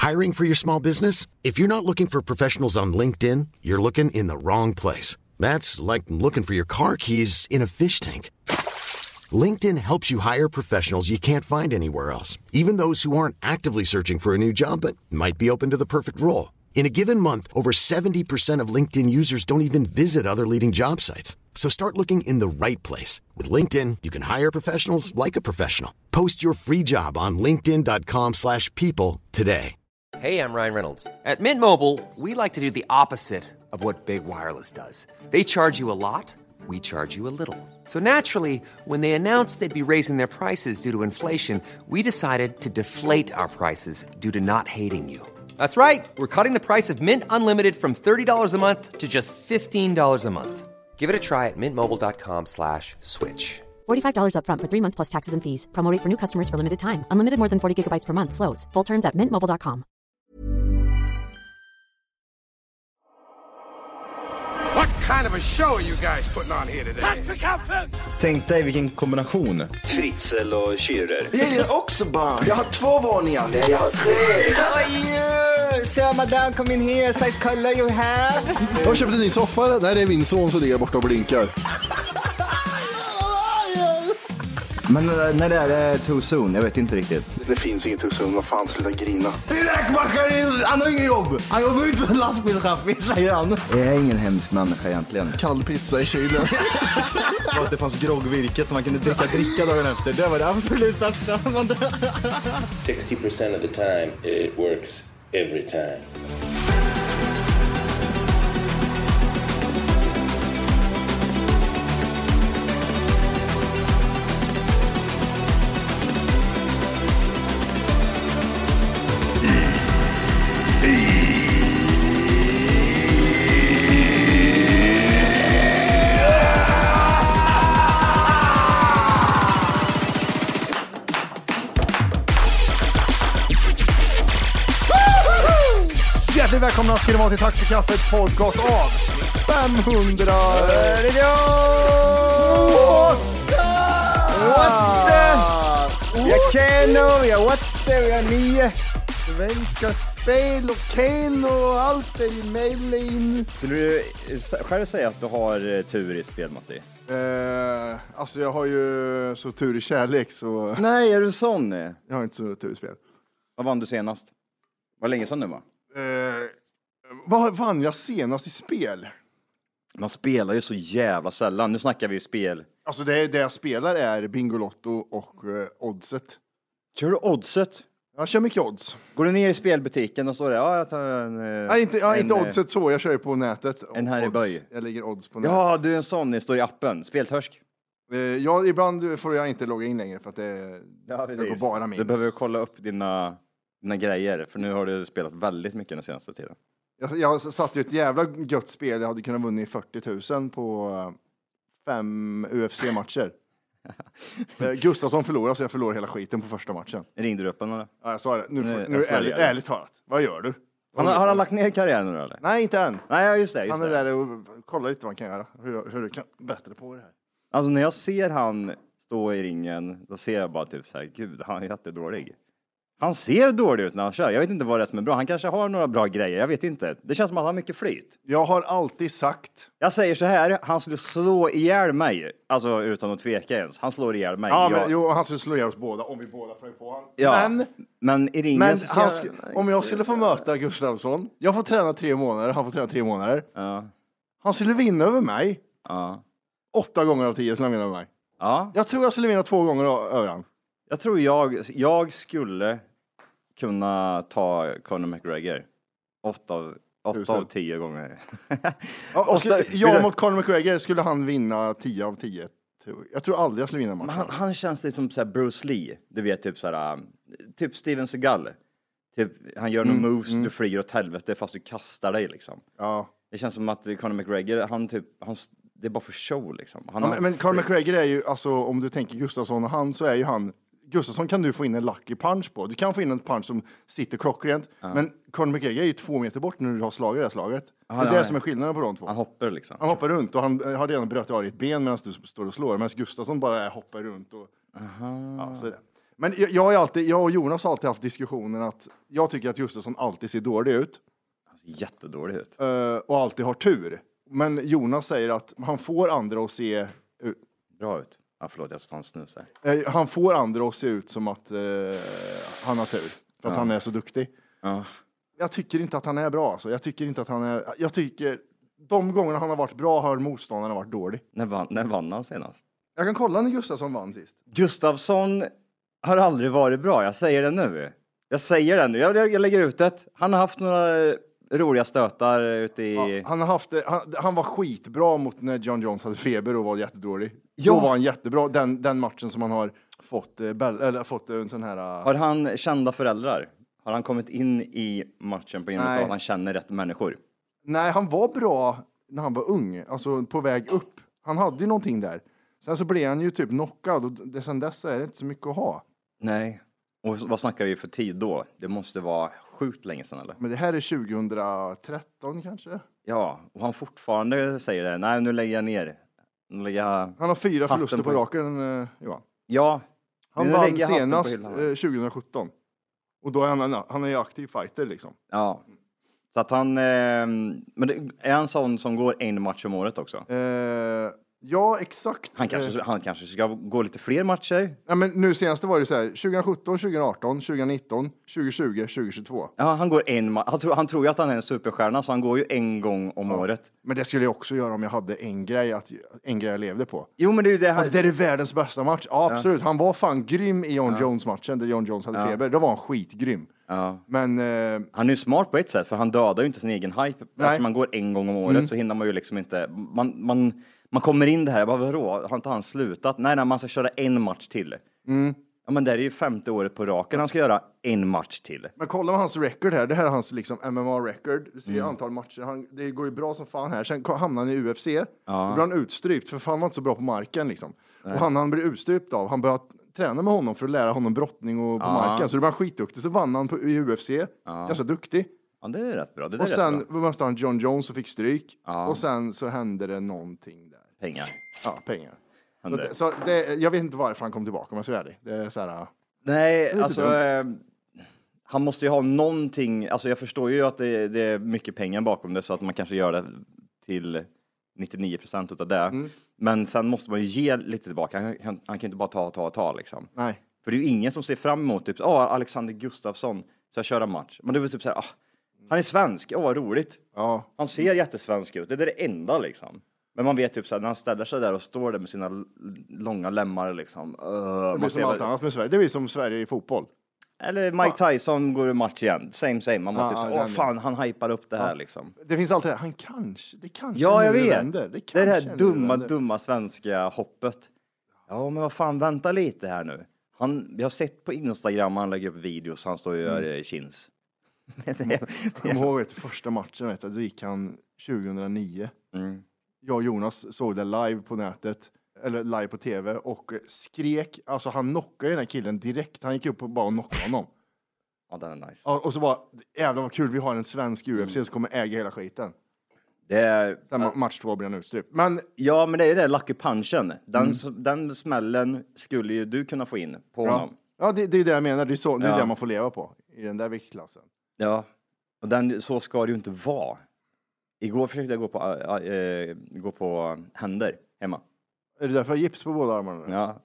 Hiring for your small business? If you're not looking for professionals on LinkedIn, you're looking in the wrong place. That's like looking for your car keys in a fish tank. LinkedIn helps you hire professionals you can't find anywhere else, even those who aren't actively searching for a new job but might be open to the perfect role. In a given month, over 70% of LinkedIn users don't even visit other leading job sites. So start looking in the right place. With LinkedIn, you can hire professionals like a professional. Post your free job on linkedin.com/people today. Hey, I'm Ryan Reynolds. At Mint Mobile, we like to do the opposite of what Big Wireless does. They charge you a lot. We charge you a little. So naturally, when they announced they'd be raising their prices due to inflation, we decided to deflate our prices due to not hating you. That's right. We're cutting the price of Mint Unlimited from $30 a month to just $15 a month. Give it a try at mintmobile.com/switch. $45 up front for 3 months plus taxes and fees. Promo rate for new customers for limited time. Unlimited more than 40 gigabytes per month. Slows full terms at mintmobile.com. What kind of a show are you guys putting on here today? Tänk dig vilken kombination. Fritzl och Schürrer. Jag gillar också barn. Jag har 2 våningar. Nej, jag har 3. So madame, come in here. Size color you have. Jag har köpt en ny soffa. Där är min son som ligger borta och blinkar. Men när det är too soon, jag vet inte riktigt. Det finns inget too soon, vad fan, sluta grina. Räkmackare, han har ingen jobb. Han jobbar inte som lastbilschaffis, säger han. Jag är ingen hemsk människa egentligen. Kall pizza i kylen. Och att det fanns groggvirket som man kunde dricka dagen efter. Det var det absolut största. 60% of the time it works every time. Välkomna ska det vara till Tack för kaffet podcast av 500. Jag känner, jag åtta, jag 9. Svenska spel och Ken och allt är i mejlen. Skulle du själv säga att du har tur i spel, Matti? Alltså jag har ju så tur i kärlek så... Nej, är du sån? Jag har inte så tur i spel. Vad vann du senast? Var länge sedan nu, va? Vad vann jag senast i spel? Man spelar ju så jävla sällan. Nu snackar vi spel. Alltså det jag spelar är Bingolotto och oddset. Kör du oddset? Jag kör mycket odds. Går du ner i spelbutiken och står det, ja jag tar en... Nej, inte oddset så. Jag kör ju på nätet. En här i böj. Jag lägger odds på nätet. Ja, du är en sån, det står i appen. Speltörsk. Ja, ibland får jag inte logga in längre för att det går bara minst. Du behöver kolla upp dina grejer, för nu har du spelat väldigt mycket den senaste tiden. Jag satt ju ett jävla gött spel. Jag hade kunnat vunnit 40 000 på 5 UFC-matcher. Gustafsson förlorade, så jag förlorade hela skiten på första matchen. Ringde du upp honom? Ja, jag sa det. Nu ärligt talat. Vad gör du? Har han lagt ner karriären nu eller? Nej, inte än. Nej, just det. Han är där och kollar lite vad han kan göra. Hur du kan bättre på det här. Alltså när jag ser han stå i ringen, då ser jag bara typ så här, gud, han är jättedålig. Han ser dålig ut när han kör. Jag vet inte vad det är som är bra. Han kanske har några bra grejer. Jag vet inte. Det känns som att han har mycket flyt. Jag har alltid sagt. Jag säger så här. Han skulle slå ihjäl mig. Alltså utan att tveka ens. Han slår ihjäl mig. Ja, han skulle slå ihjäl oss båda. Om vi båda flög på honom. Ja, men i ringen om jag skulle få möta Gustafsson. Jag får träna 3 månader. Han får träna 3 månader. Ja. Han skulle vinna över mig. Ja. 8 gånger av 10 skulle han vinna över mig. Ja. Jag tror jag skulle vinna 2 gånger över han. Jag tror jag skulle kunna ta Conor McGregor 8 av 10 gånger. Jag mot Conor McGregor skulle han vinna 10 av 10. Jag tror aldrig jag skulle vinna matchen. Han känns lite som så här Bruce Lee. Du vet typ så här, typ Steven Seagal. Typ han gör någon moves, du flyger åt helvete fast du kastar dig liksom. Ja. Det känns som att Conor McGregor det är bara för show liksom. Men Conor McGregor är ju, alltså om du tänker Gustafsson och han, så är ju han Gustafsson kan du få in en lucky punch på. Du kan få in en punch som sitter klockrent. Ja. Men Conor McGregor är ju 2 meter bort när du har slagit det här slaget. Det är det som är skillnaden på de två. Han hoppar liksom. Han hoppar runt och han har redan bröt av ett ben medan du står och slår. Medan Gustafsson bara hoppar runt. Och, ja, så är det. Men jag och Jonas har alltid haft diskussionen att jag tycker att Gustafsson alltid ser dålig ut. Han ser jättedålig ut. Och alltid har tur. Men Jonas säger att han får andra att se... Bra ut. Ja, förlåt, jag ska ta en snus här. Han får andra att se ut som att han har tur. För att han är så duktig. Ja. Jag tycker inte att han är bra. Alltså. Jag tycker de gångerna han har varit bra har motståndarna varit dålig. När vann han senast? Jag kan kolla när Gustafsson vann sist. Gustafsson har aldrig varit bra. Jag säger det nu. Jag lägger ut det. Han har haft några roliga stötar ute i... Ja, han var skitbra mot när John Jones hade feber och var jättedålig. Ja. Då var han jättebra. Den matchen som han har fått en sån här... Har han kända föräldrar? Har han kommit in i matchen på grund av att han känner rätt människor? Nej, han var bra när han var ung. Alltså på väg upp. Han hade ju någonting där. Sen så blev han ju typ knockad. Och sen dess är det inte så mycket att ha. Nej. Och vad snackar vi för tid då? Det måste vara sjukt länge sedan, eller? Men det här är 2013 kanske? Ja, och han fortfarande säger det. Nej, nu lägger jag ner. Han har 4 förluster på raken, Johan. Ja. Han vann senast 2017. Och då är han är ju aktiv fighter liksom. Ja. Så att han... men är han sån som går en match om året också? Ja, exakt. Han kanske ska gå lite fler matcher. Ja, men nu senaste var det så här 2017, 2018, 2019, 2020, 2022. Ja, han går en match. Han tror ju att han är en superstjärna, så han går ju en gång om året. Men det skulle jag också göra om jag hade en grej jag levde på. Jo, men det är ju det. Det är världens bästa match. Ja, absolut. Han var fan grym i John Jones-matchen där John Jones hade feber. Då var han skitgrym. Ja. Men han är ju smart på ett sätt, för han dödar ju inte sin egen hype. Eftersom man går en gång om året så hinner man ju liksom inte... Man kommer in det här, bara vadå? Har inte han slutat? Nej, man ska köra en match till. Ja, men det är ju 5:e året på raken. Han ska göra en match till. Men kolla med hans record här. Det här är hans liksom MMA-record. Du ser antal matcher. Det går ju bra som fan här. Sen hamnar han i UFC. Då blir han utstrypt. För fan var inte så bra på marken liksom. Och han blir utstrypt av. Han började träna med honom för att lära honom brottning och på marken. Så det var skitduktig. Så vann han i UFC. Ganska duktig. Ja, det är rätt bra. Och sen mötte han John Jones och fick stryk. Och sen så hände det någonting där. Pengar. Ja, pengar. Jag vet inte varför han kom tillbaka, om jag ska vara ärlig. Det är så här... Nej, alltså... han måste ju ha någonting... Alltså jag förstår ju att det är mycket pengar bakom det, så att man kanske gör det till 99% utav det. Men sen måste man ju ge lite tillbaka. Han kan inte bara ta liksom. Nej. För det är ju ingen som ser fram emot typ, Alexander Gustafsson ska köra match. Men det är väl typ så här, han är svensk, vad roligt. Ja. Han ser jättesvensk ut, det är det enda liksom. Men man vet typ så här, när han ställer sig där och står där med sina långa lemmar liksom. Det blir som allt annat med Sverige. Det blir som Sverige i fotboll. Eller Mike Tyson går i match igen. Same. Man var typ så här, fan, han hypar upp det här liksom. Det finns alltid det kanske. Ja, jag vet. Det är det här dumma svenska hoppet. Ja, men vad fan, vänta lite här nu. Jag har sett på Instagram, han lägger upp videos, han står och gör chins. Jag kommer ihåg första matchen, då gick han 2009. Jag och Jonas såg det live på nätet, eller live på tv, och skrek. Alltså han knockade den här killen direkt. Han gick upp och bara knockade honom. Ja, det är nice. Ja, och så bara, jävlar vad kul, vi har en svensk UFC som kommer äga hela skiten. Det är... Sen match 2 blir han utstrypt. Men... Ja, men det är det, lucky punchen. Den smällen skulle ju du kunna få in på honom. Ja, det är det jag menar. Det är det man får leva på i den där viktklassen. Ja, och så ska det ju inte vara. Igår försökte jag gå på händer hemma. Är det därför jag har gips på båda armarna? Ja.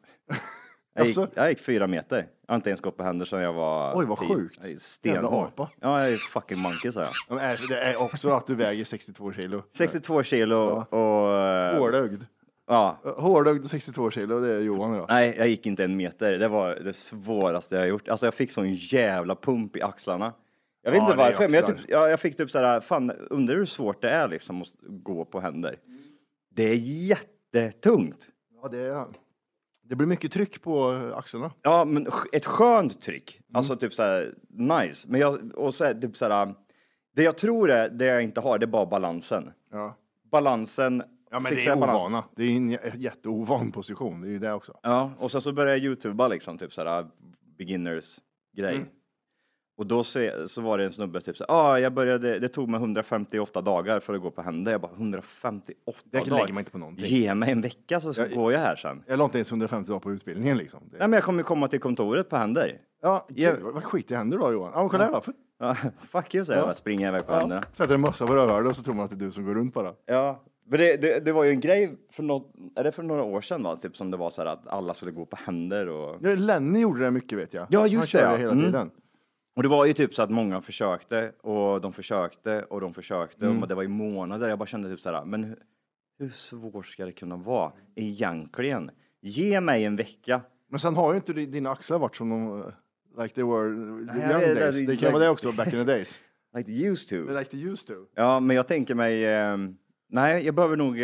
Jag gick 4 meter. Jag har inte ens gått på händer sedan jag var... Oj, vad sjukt. Jag är stenhård. Ja, jag är fucking monkey, sa jag. Det är också att du väger 62 kilo. 62 kilo och... Hårdögd. Ja. Hårdögd 62 kilo, det är Johan då. Nej, jag gick inte 1 meter. Det var det svåraste jag har gjort. Alltså jag fick sån jävla pump i axlarna. Jag vet inte varför, men jag fick typ såhär, fan, undrar hur svårt det är liksom att gå på händer. Det är jättetungt. Ja, det blir mycket tryck på axlarna. Ja, men ett skönt tryck. Alltså typ såhär, nice. Men typ såhär, det jag tror är, det jag inte har, det är bara balansen. Ja. Balansen. Ja, men det är ovana. Det är en jätteovan position, det är ju det också. Ja, och så börjar jag YouTubea liksom, typ såhär, beginners grej. Och då så var det en snubbe typ så jag började, det tog mig 158 dagar för att gå på händer. Jag bara 158 det dagar. lägger man inte på någonting. Ge mig en vecka så går jag här sen. Jag la inte ens 150 dagar på utbildningen liksom. Nej, men jag kommer komma till kontoret på händer. Ja, vad skit i händer då Johan? Ja, men kolla här då. Ja, fuck you, säger jag. Springer iväg på händerna. Sätter en mössa på rövhålet och så tror man att det är du som går runt bara. Ja, men det var ju en grej för några år sedan va? Typ som det var så här att alla skulle gå på händer och... Ja, Lenny gjorde det mycket vet jag. Ja, just Han körde hela tiden. Och det var ju typ så att många försökte och de försökte och de försökte och det var i månader. Jag bara kände typ så här, men hur svårt ska det kunna vara egentligen? Ge mig en vecka. Men sen har ju inte dina axlar varit som de, like they were young days. Det kan vara det också back in the days. Like they used to. Like they used to. Ja, men jag tänker mig, nej, jag behöver nog,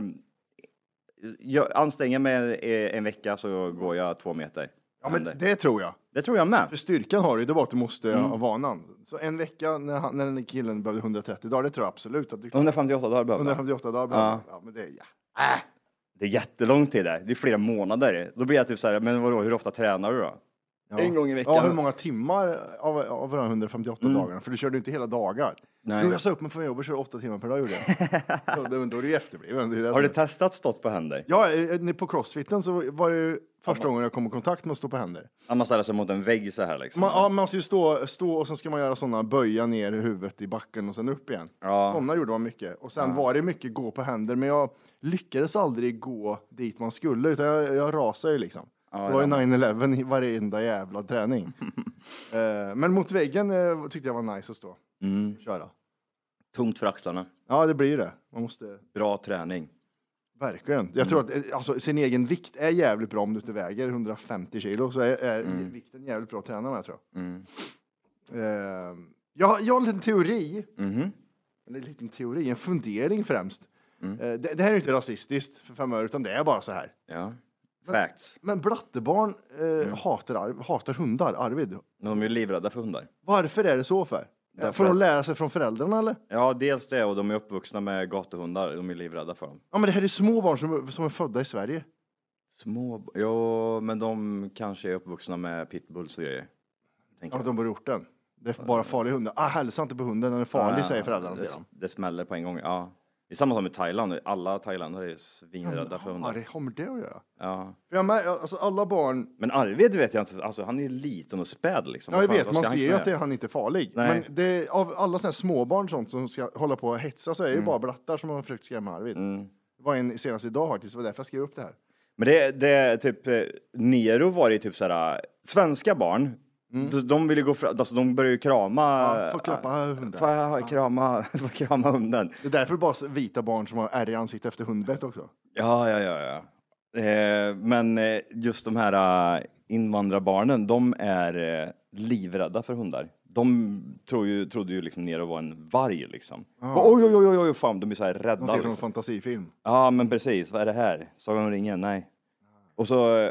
jag anstränger mig en vecka så går jag 2 meter. Ja, men det tror jag. Det tror jag med. För styrkan har du, det är bara att du måste ha vanan. Så en vecka när den killen behövde 130 dagar, det tror jag absolut. Att 158 dagar behöver 158 dagar behöver ja, men det är det är jättelång tid där. Det är flera månader. Då blir jag typ så här, men vadå, hur ofta tränar du då? Ja. En gång i veckan. Ja, hur många timmar av de 158 dagarna? För du körde inte hela dagar. Nej. Jo, jag sa upp mig från jobbet och körde 8 timmar per dag gjorde jag. Då är det ju efterbliven. Har du testat stått på händer? Ja, på crossfiten så var det ju första gången jag kom i kontakt med att stå på händer. Ja, man ställer sig mot en vägg så här liksom. Man måste ju stå och sen ska man göra sådana böja ner huvudet i backen och sen upp igen. Ja. Sådana gjorde man mycket. Och sen var det mycket gå på händer, men jag lyckades aldrig gå dit man skulle, utan jag rasade ju liksom. Ja, det var ju 9/11 i varenda jävla träning. Men mot väggen tyckte jag var nice att stå. Köra. Tungt för axlarna. Ja, det blir det. Man måste... Bra träning. Verkligen. Jag tror att alltså, sin egen vikt är jävligt bra om du inte väger 150 kilo. Så är vikten jävligt bra att träna med, tror jag. Jag har en liten teori. En fundering främst. Det här är inte rasistiskt för 5 öre, utan det är bara så här. Ja. Facts. Men blattebarn hatar hundar, Arvid. De är ju livrädda för hundar. Varför är det så för? Får de lära sig från föräldrarna eller? Ja, dels det, och de är uppvuxna med gatuhundar. De är livrädda för dem. Ja, men det här är små barn som är födda i Sverige. Jo, men de kanske är uppvuxna med pitbulls och grejer. Ja, de bor i orten. Det är bara farliga hundar. Hälsa inte på hunden, den är farlig, säger föräldrarna till dem. Det smäller på en gång, ja. Det är samma som i Thailand. Alla thailändare är svinrädda för hundar. Ja, det kommer det att göra. Ja. För alltså alla barn... Men Arvid vet jag inte, alltså han är liten och späd liksom. Ja, jag vet, man ser ju att han inte är farlig. Nej. Men av alla sådana här småbarn sånt som ska hålla på och hetsa så är det ju bara blattar som har försökt skrämma Arvid. Det var en senast idag faktiskt, det var därför jag skrev upp det här. Men det är typ, Nero var det typ såhär, svenska barn, de vill ju gå fram, alltså de börjar ju krama. Få klappa hunden. Få krama hunden. Det är därför bara vita barn som har ärr i ansiktet efter hundbett också. Ja. Men just de här invandrarbarnen, de är livrädda för hundar. De trodde ju liksom Nero var en varg liksom. Oj, fan, de är så här rädda. Någonting från liksom. en fantasifilm. Ja, men precis. Vad är det här? Sagan om ringen? Nej. Och så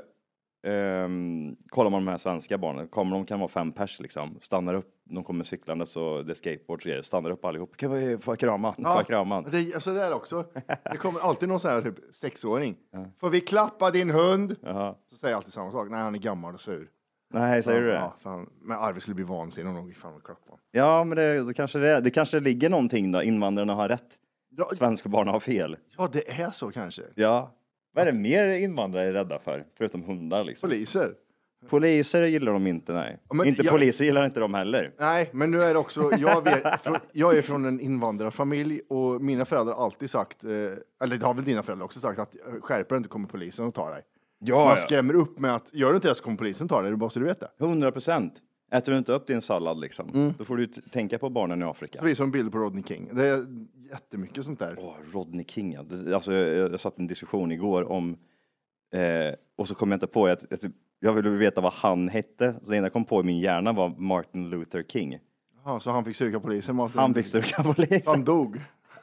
kollar man de här svenska barnen. De kan vara 5 pers liksom. Stannar upp. De kommer cyklande så det är skateboards och grejer. Stannar upp allihop. Kan vi få krama? Det, alltså det är också. Det kommer alltid någon sån här typ 6-åring. Får vi klappa din hund? Så säger jag alltid samma sak. Nej, han är gammal och sur. Nej, säger du det? Ja, fan. Men Arvid skulle bli vansinnig om de fan klappa. Ja, men det kanske ligger någonting då. Invandrarna har rätt. Ja, svenska barn har fel. Ja, det är så kanske. Ja. Vad är det mer invandrare är rädda för? Förutom hundar liksom. Poliser gillar de inte, nej. Men poliser gillar inte de heller. Nej, men nu är det också, jag är från en invandrarfamilj och mina föräldrar har alltid sagt, eller det har väl dina föräldrar också sagt, att skärper inte kommer polisen och tar dig. Man skrämmer upp med att, gör du inte det så kommer polisen ta dig, det är bara så du vet det. 100%. Äter du inte upp din sallad då får du tänka på barnen i Afrika. Så vi som bild på Rodney King. Det är jättemycket sånt där. Rodney King, ja. Alltså, jag satt i en diskussion igår om, och så kom jag inte på, jag ville veta vad han hette. Så det enda jag kom på i min hjärna var Martin Luther King. Ja, så han fick stryka polisen? Han fick stryka polisen. Han dog.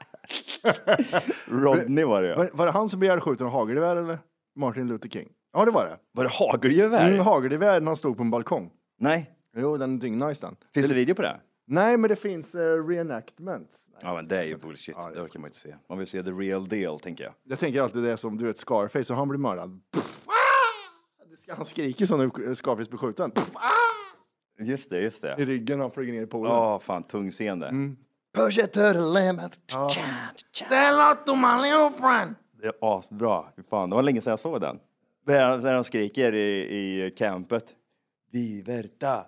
Rodney var det, ja. Var det han som blev skjuten av hagelgevär eller Martin Luther King? Ja, det var det. Var det hagelgevär? Hagelgevär när han stod på en balkong. Nej. Jo, den är dyngnice den. Finns det video på det? Nej, men det finns reenactment. Ja, men det är ju bullshit. Ja, det orkar man inte se. Man vill se the real deal, tänker jag. Jag tänker alltid det som, du vet, Scarface, och han blir mördad. Han skriker så när Scarface blir skjuten. Just det. I ryggen han flyger ner i poolen. Ja, fan, tung scen där. Push it to the limit. Stand up to my little friend. Det är asbra. Fan, det var länge sedan jag såg den. Där de skriker i campet. Viverta!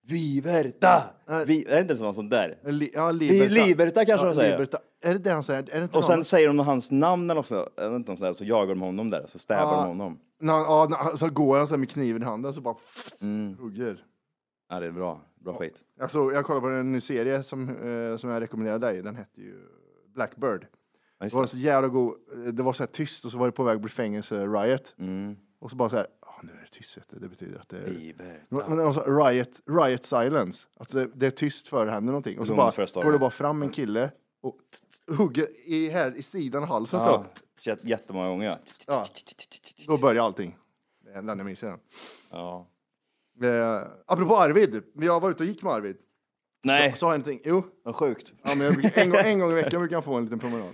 Är det inte någon sån där? Liberta kanske de säger. Liberta. Är det han säger? Är det och sen säger de hans namn eller också. Är det inte sådär, så jagar de honom där. Så stävar de honom. Så går han så med kniven i handen så bara hugger. Ja, det är bra skit. Jag kollade på en ny serie som jag rekommenderade dig. Den hette ju Blackbird. Det var så jävla god. Det var så här tyst och så var det på väg att bli fängelse riot. Och så bara så här, nu är det tyst. Det betyder att det är... Men också riot silence. Alltså det är tyst för det händer någonting. Och så bara går det bara fram en kille och hugger i sidan av halsen så. Jättemånga gånger. Ja. Då börjar allting. Den är mysig. Ja. Apropå Arvid. Jag var ute och gick med Arvid. Nej. Så har jag någonting. Jo. Vad sjukt. Ja, men en gång i veckan brukar jag få en liten promenad.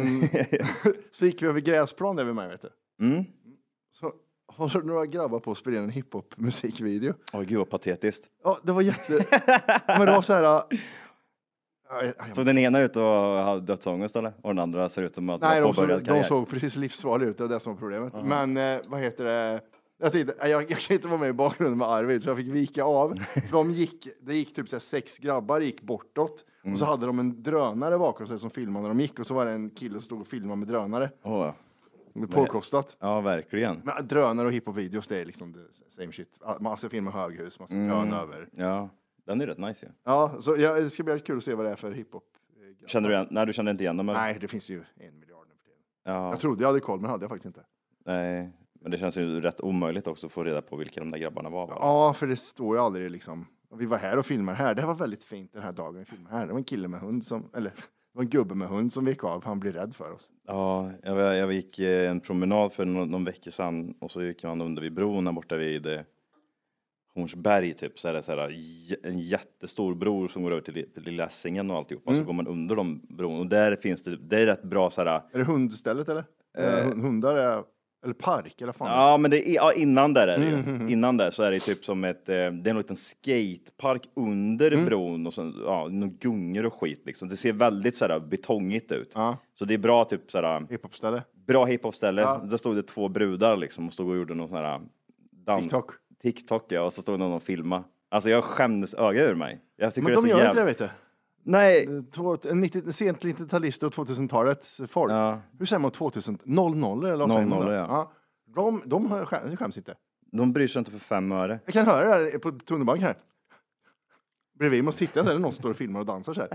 Så gick vi över gräsplan där vid mig, vet du. Så håller några grabbar på att spela en hiphop-musikvideo. Gud vad patetiskt. Ja, det var men det var så här... Så den ena ut och har dödsångest eller? Och den andra ser ut som att de såg precis livsfarliga ut. Det var det som var problemet. Men vad heter det... Jag tänkte, jag kan inte vara med i bakgrunden med Arvid, så jag fick vika av. För det gick typ 6 grabbar gick bortåt. Och så hade de en drönare bakom sig som filmade när de gick. Och så var det en kille som stod och filmade med drönare. Påkostat. Ja, verkligen. Men drönare och hiphop-videos, det är liksom same shit. Massa filmer höghus, massa drönare över. Ja, den är rätt nice ju. Ja, så det ska bli kul att se vad det är för hiphop. Du kände inte igen dem? Eller? Nej, det finns ju 1 miljard nu för tiden. Ja. Jag trodde jag hade koll, men hade jag faktiskt inte. Nej, men det känns ju rätt omöjligt också att få reda på vilka de där grabbarna var. Ja, för det står ju aldrig liksom. Vi var här och filmade här. Det var väldigt fint den här dagen vi filmade här. Det var en kille med hund det var en gubbe med hund som gick av. Han blev rädd för oss. Ja, jag gick en promenad för någon vecka sedan. Och så gick man under vid bron där borta vid Hornsberg typ. Så är det så här, en jättestor bro som går över till Lilla Essingen och alltihopa. Så går man under de bron. Och där finns det är rätt bra så här. Är det hundstället eller? Hundar är... Eller park, eller fan. Ja, men innan där är det ju. Innan där så är det typ som det är en liten skatepark under bron och sen någon gungor och skit liksom. Det ser väldigt så här betongigt ut. Så det är bra typ så här hiphopställe. Bra hiphopställe. Där stod det 2 brudar liksom och stod och gjorde någon sån här dans. TikTok, ja, och så stod någon och filmade. Alltså jag skämdes öga ur mig. Jag tycker men de gör inte det, vet du. Nej. Sent 90-talister och 2000-talets folk. Ja. Hur säger man 2000? 00 eller vad säger man då? Ja. De skäms inte. De bryr sig inte för 5 öre. Jag kan höra det här på tunnelbanan här. Bredvid måste titta så är det någon som står och filmar och dansar så här.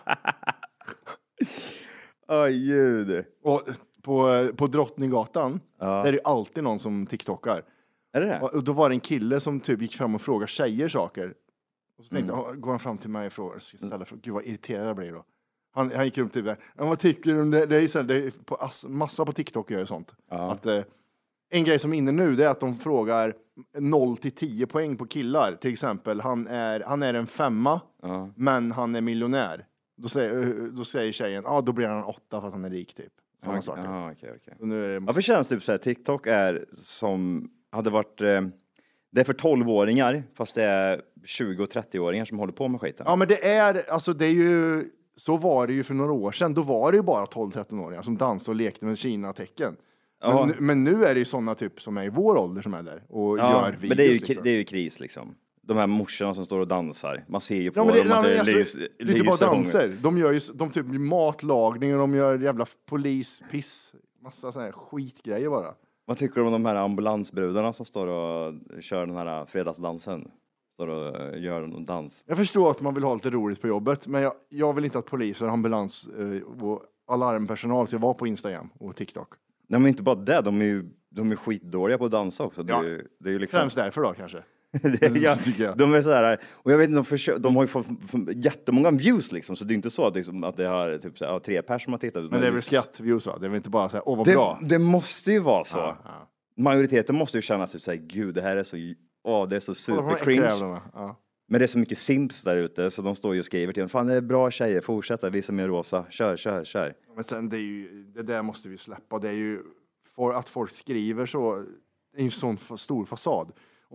Ljud. Och på Drottninggatan där är det alltid någon som TikTokar. Är det? Och då var det en kille som typ gick fram och frågade tjejer saker. Och så tänkte går han fram till mig och frågar, gud vad irriterad jag blir då. Han gick runt typ där. Vad tycker du om det? Det är ju så här, det är massa på TikTok gör ju sånt. Att en grej som är inne nu, det är att de frågar 0-10 poäng på killar. Till exempel, han är en 5, men han är miljonär. Då säger tjejen, då blir han 8 för att han är rik typ. Sådana saker. Okay. Nu är det... Varför känns det typ så här, TikTok är som hade varit... Det är för 12-åringar, fast det är 20- och 30-åringar som håller på med skiten. Ja, men det är ju... Så var det ju för några år sedan. Då var det ju bara 12-13-åringar som dansade och lekte med Kina-tecken. Men nu är det ju sådana typ som är i vår ålder som är där och gör videos. Men det är ju, liksom. Det är ju kris liksom. De här morsorna som står och dansar. Man ser ju på dem att det är inte bara danser. De gör ju typ matlagning och de gör jävla polispiss. Massa sådana här skitgrejer bara. Vad tycker du om de här ambulansbrudarna som står och kör den här fredagsdansen? Står och gör en dans. Jag förstår att man vill ha lite roligt på jobbet, men jag vill inte att poliser, ambulans och alarmpersonal ska vara på Instagram och TikTok. Nej, men inte bara det. De är skitdåliga på att dansa också. Ja. Det är ju liksom... Främst därför då kanske. De är så här, och jag vet inte, de har ju fått jättemånga views liksom, så det är inte så att, liksom, att det har typ så här, 3 personer som har tittat. Men det är väl skattviews va? Det är väl inte bara så här, vad bra. Det måste ju vara så. Ja. Majoriteten måste ju känna sig så här, gud, det här är så, det är så super cringe. Men det är så mycket simps där ute, så de står ju och skriver till en, fan det är bra tjejer, fortsätta, visa mer rosa, kör. Men sen det där måste vi släppa, det är ju, för att folk skriver så, det är ju en sån stor fasad.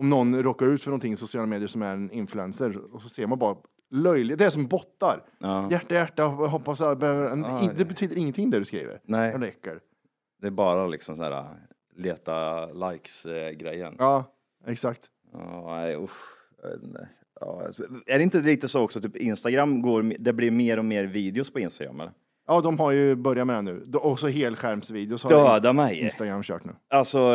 Om någon råkar ut för någonting i sociala medier som är en influencer och så ser man bara löjligt. Det är som bottar. Hjärta, hoppas jag behöver det betyder ingenting det du skriver. Nej. Det räcker. Det är bara liksom så här leta likes-grejen. Ja, exakt. Nej, usch. Ja, är det inte lite så också, typ Instagram det blir mer och mer videos på Instagram, eller? Ja, de har ju börjat med det nu. Och så helskärmsvideos har Döda mig. Instagram kört nu. Alltså,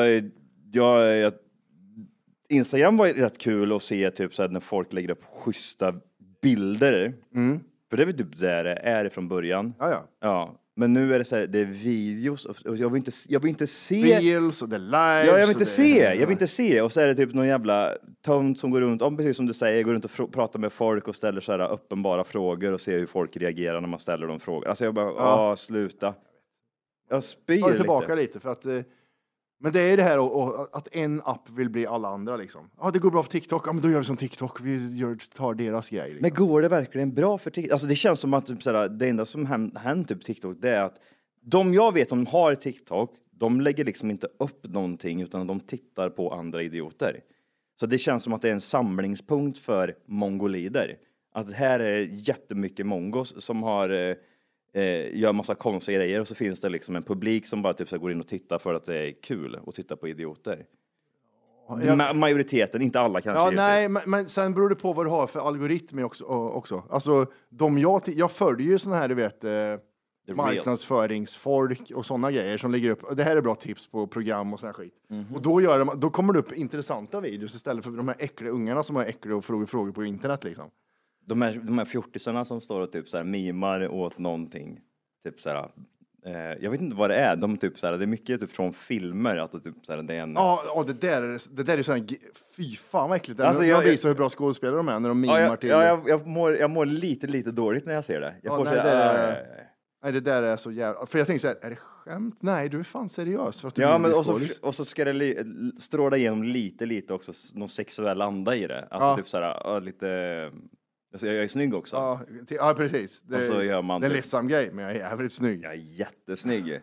Instagram var ju rätt kul att se typ så här, när folk lägger upp schyssta bilder. För det är väl typ där det är från början. Ja. Men nu är det så här, det är videos och jag vill inte se. Reels och det är lives. Ja, jag vill inte se. Och så är det typ någon jävla tönt som går runt, precis som du säger, går runt och pratar med folk och ställer så här uppenbara frågor och ser hur folk reagerar när man ställer de frågorna. Alltså jag bara, sluta. Jag spyr lite. Tillbaka lite för att men det är det här att en app vill bli alla andra liksom. Ja, det går bra för TikTok. Ja, men då gör vi som TikTok. Vi tar deras grej. Liksom. Men går det verkligen bra för TikTok? Alltså det känns som att typ, såhär, det enda som händer typ TikTok, det är att de jag vet som har TikTok, de lägger liksom inte upp någonting utan de tittar på andra idioter. Så det känns som att det är en samlingspunkt för mongolider. Att här är jättemycket mongos som har gör massa konstiga grejer och så finns det liksom en publik som bara typ så går in och tittar för att det är kul att titta på idioter. Majoriteten, inte alla kanske. Ja, nej, men sen beror det på vad du har för algoritmer också. Alltså, jag följer ju såna här, du vet, marknadsföringsfolk och sådana grejer som ligger upp. Det här är bra tips på program och sån här skit. Och då kommer det upp intressanta videos istället för de här äckliga ungarna som har äckliga och frågor på internet liksom. De här fjortisarna som står och typ så här mimar åt någonting. Typ så här, jag vet inte vad det är. De typ så här, det är mycket typ från filmer att det typ så här, det är en. Ja, det där är så här, fy fan vad äckligt. Alltså, jag visar hur bra skådespelare de är när de mimar till. Ja, jag mår lite dåligt när jag ser det. Nej, det där är så jävla. För jag tänker så här, är det skämt? Nej, du är fan seriös. För att du men och så ska det stråla igenom lite också någon sexuell anda i det. Att typ så här, lite. Alltså jag är snygg också. Ja, precis. Det är en ledsam grej, men jag är jävligt snygg. Jag är jättesnygg.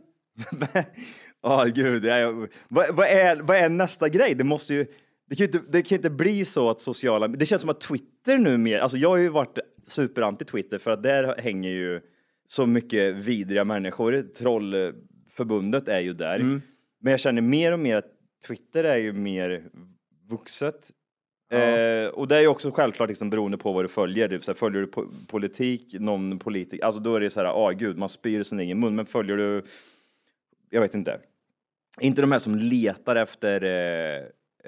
Gud. Vad är nästa grej? Det måste ju... Det kan inte bli så att sociala... Det känns som att Twitter nu mer... Alltså jag har ju varit superanti Twitter för att där hänger ju så mycket vidriga människor. Trollförbundet är ju där. Men jag känner mer och mer att Twitter är ju mer vuxet. Och det är ju också självklart liksom beroende på vad du följer. Typ, så här, följer du politik, någon politik, alltså då är det så här, gud, man spyr sin egen mun. Men följer du, jag vet inte de här som letar efter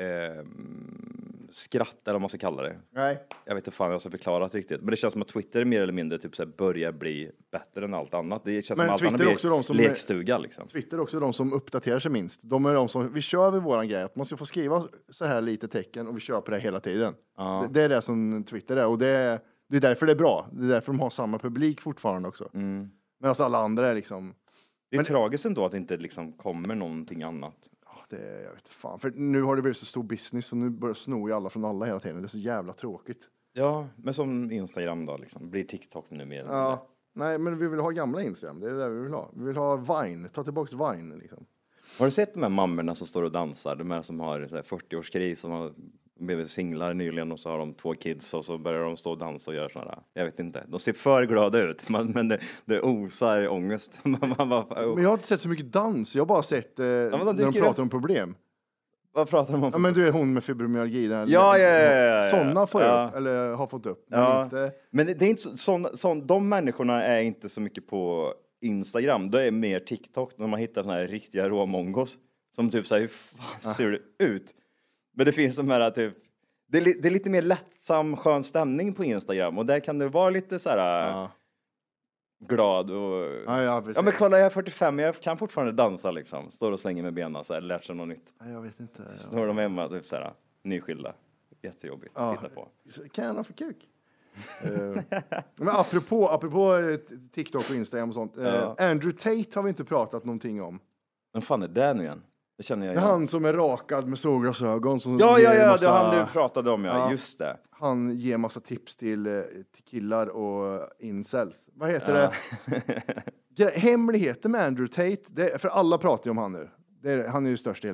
skratt eller vad man ska kalla det. Nej. Jag vet inte fan jag ska förklara det riktigt. Men det känns som att Twitter mer eller mindre typ så här, börjar bli bättre än allt annat. Det känns som att allt annat blir lekstuga liksom. Twitter är också de som uppdaterar sig minst. De är de som, vi kör vid våran grej. Att man ska få skriva så här lite tecken och vi kör på det hela tiden. Det är det som Twitter är. Och det är därför det är bra. Det är därför de har samma publik fortfarande också. Medan alla andra är liksom... Det är tragiskt ändå att det inte liksom kommer någonting annat. Jag vet fan. För nu har det blivit så stor business och nu börjar sno ju alla från alla hela tiden. Det är så jävla tråkigt. Ja, men som Instagram då liksom. Blir TikTok nu mer? Ja, nej men vi vill ha gamla Instagram. Det är det vi vill ha. Vi vill ha Vine. Ta tillbaks Vine liksom. Har du sett de här mammorna som står och dansar? De här som har 40-årskris som har blivit singlar nyligen och så har de 2 kids och så börjar de stå och dansa och göra sådana. Jag vet inte. De ser för glada ut, men det osar ångest. Men jag har inte sett så mycket dans. Jag har bara sett när de pratar om problem. Vad pratar de om? Ja, men du är hon med fibromyalgi. Ja. Sådana får jag upp, eller har fått upp. Men det är inte de människorna är inte så mycket på Instagram. Det är mer TikTok när man hittar såna här riktiga råmongos som typ så här, hur fan ser det ut? Men det finns de här typ, det är lite mer lättsam, skön stämning på Instagram och där kan det vara lite så här glad och men kolla, jag är 45, jag kan fortfarande dansa liksom. Står och slänger med benen så här, lärt sig något nytt. Jag vet inte. Står de hemma typ så här, nyskilda. Jättejobbigt att titta på. Kan jag få kuk? Men apropå TikTok och Instagram och sånt. Andrew Tate har vi inte pratat någonting om. Men fan är det nu igen? Det känner jag igen. Han som är rakad med solglasögon. Ja, det är han du pratade om, just det. Han ger massa tips till killar och incels. Vad heter det? Hemligheten med Andrew Tate, för alla pratar ju om han nu. Han är ju störst i hela världen.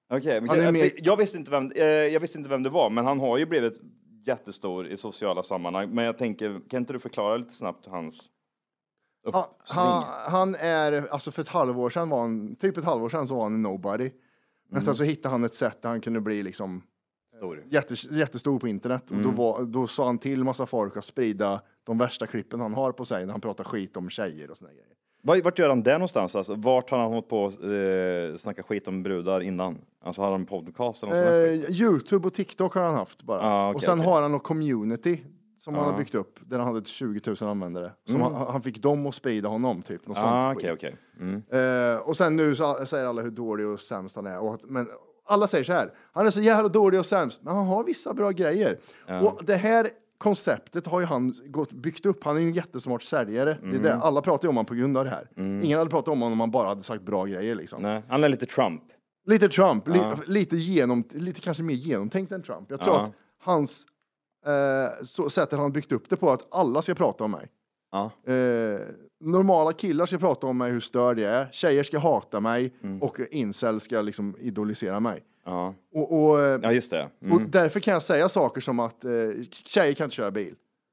Okej, jag visste inte vem det var, men han har ju blivit jättestor i sociala sammanhang. Men jag tänker, kan inte du förklara lite snabbt hans uppsving? Han är, alltså för ett halvår sedan så var han en nobody. Men sen så hittade han ett sätt där han kunde bli liksom jättestor på internet. Och då sa han till massa folk att sprida de värsta klippen han har på sig när han pratar skit om tjejer och såna grejer. Vart gör han det någonstans? Alltså, vart har han hållit på att snacka skit om brudar innan? Alltså har han en podcast eller något YouTube och TikTok har han haft bara. Och sen har han någon community som han har byggt upp. Där han hade 20 000 användare. Som han fick dem att sprida honom typ. Något sånt. Och sen nu så säger alla hur dålig och sämst han är. Men alla säger så här. Han är så jävla dålig och sämst. Men han har vissa bra grejer. Och det här konceptet har ju han byggt upp. Han är ju en jättesmart säljare. Det är det. Alla pratar ju om honom på grund av det här. Ingen hade pratat om honom om han bara hade sagt bra grejer liksom. Nej, han är lite Trump. Lite kanske mer genomtänkt än Trump. Jag tror att hans sättet han byggt upp det på att alla ska prata om mig. Normala killar ska prata om mig hur störd jag är. Tjejer ska hata mig och incel ska liksom idolisera mig. Ja, just det. Och därför kan jag säga saker som att tjejer kan inte köra bil.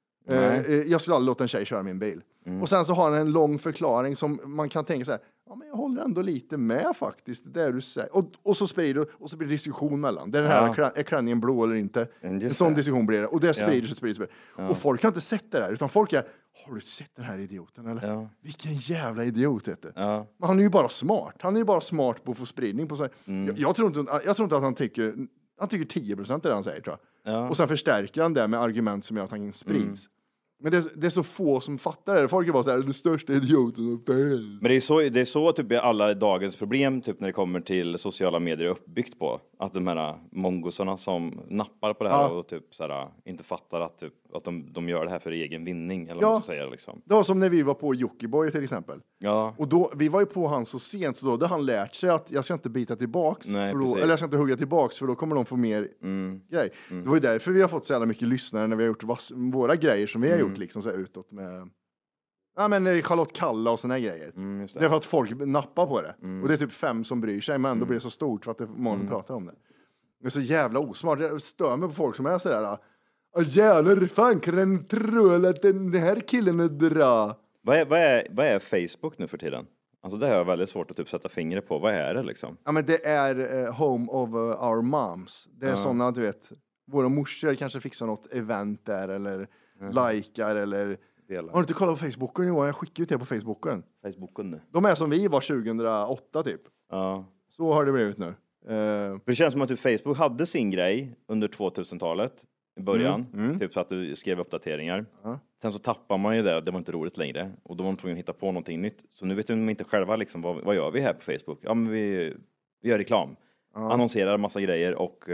Jag skulle aldrig låta en tjej köra min bil. Och sen så har han en lång förklaring som man kan tänka så här. Ja, men jag håller ändå lite med faktiskt. Det du säger. Och så sprider du, och så blir det diskussion mellan. Det är den här, är klänningen blå eller inte? En sån diskussion blir det. Och det sprider sig. Och folk har inte sett det där. Utan folk är, har du sett den här idioten eller? Vilken jävla idiot heter det. Men han är ju bara smart. Han är ju bara smart på att få spridning på sig. Jag tror inte att han tycker 10% det han säger, tror jag. Och sen förstärker han det med argument som gör att han sprids. Men det är så få som fattar det. Folk är bara så här, den största idioten. Men det är så typ alla dagens problem typ när det kommer till sociala medier är uppbyggt på. Att de här mongosarna som nappar på det här och typ så här, inte fattar att de gör det här för egen vinning. Eller vad man ska säga liksom. Det var som när vi var på Jockiboi till exempel. Och då, vi var ju på han så sent, så då hade han lärt sig att jag ska inte bita tillbaks. Eller jag ska inte hugga tillbaks, för då kommer de få mer grej. Det var ju därför vi har fått så jävla mycket lyssnare när vi har gjort våra grejer som vi har gjort liksom så här utåt med Charlotte Kalla och såna grejer. Det är för att folk nappar på det. Och det är typ 5 som bryr sig, men ändå blir det så stort för att det många som pratar om det. Det är så jävla osmart. Jag stör mig på folk som är så där. Jävlar, fan kan den tro att den här killen är bra. Vad är Facebook nu för tiden? Alltså det har jag väldigt svårt att typ sätta fingret på. Vad är det liksom? Ja, men det är home of our moms. Det är sådana, du vet, våra morsor kanske fixar något event där eller likar eller... Har du inte kollat på Facebooken, Johan? Jag skickar ju till på Facebooken. De är som vi var 2008 typ. Så har det blivit nu. Det känns som att Facebook hade sin grej under 2000-talet i början. Typ så att du skrev uppdateringar. Sen så tappar man ju det, det var inte roligt längre. Och då var man tvungen att hitta på någonting nytt. Så nu vet de inte själva liksom, vad gör vi här på Facebook? Ja, men vi gör reklam. Annonserar massa grejer och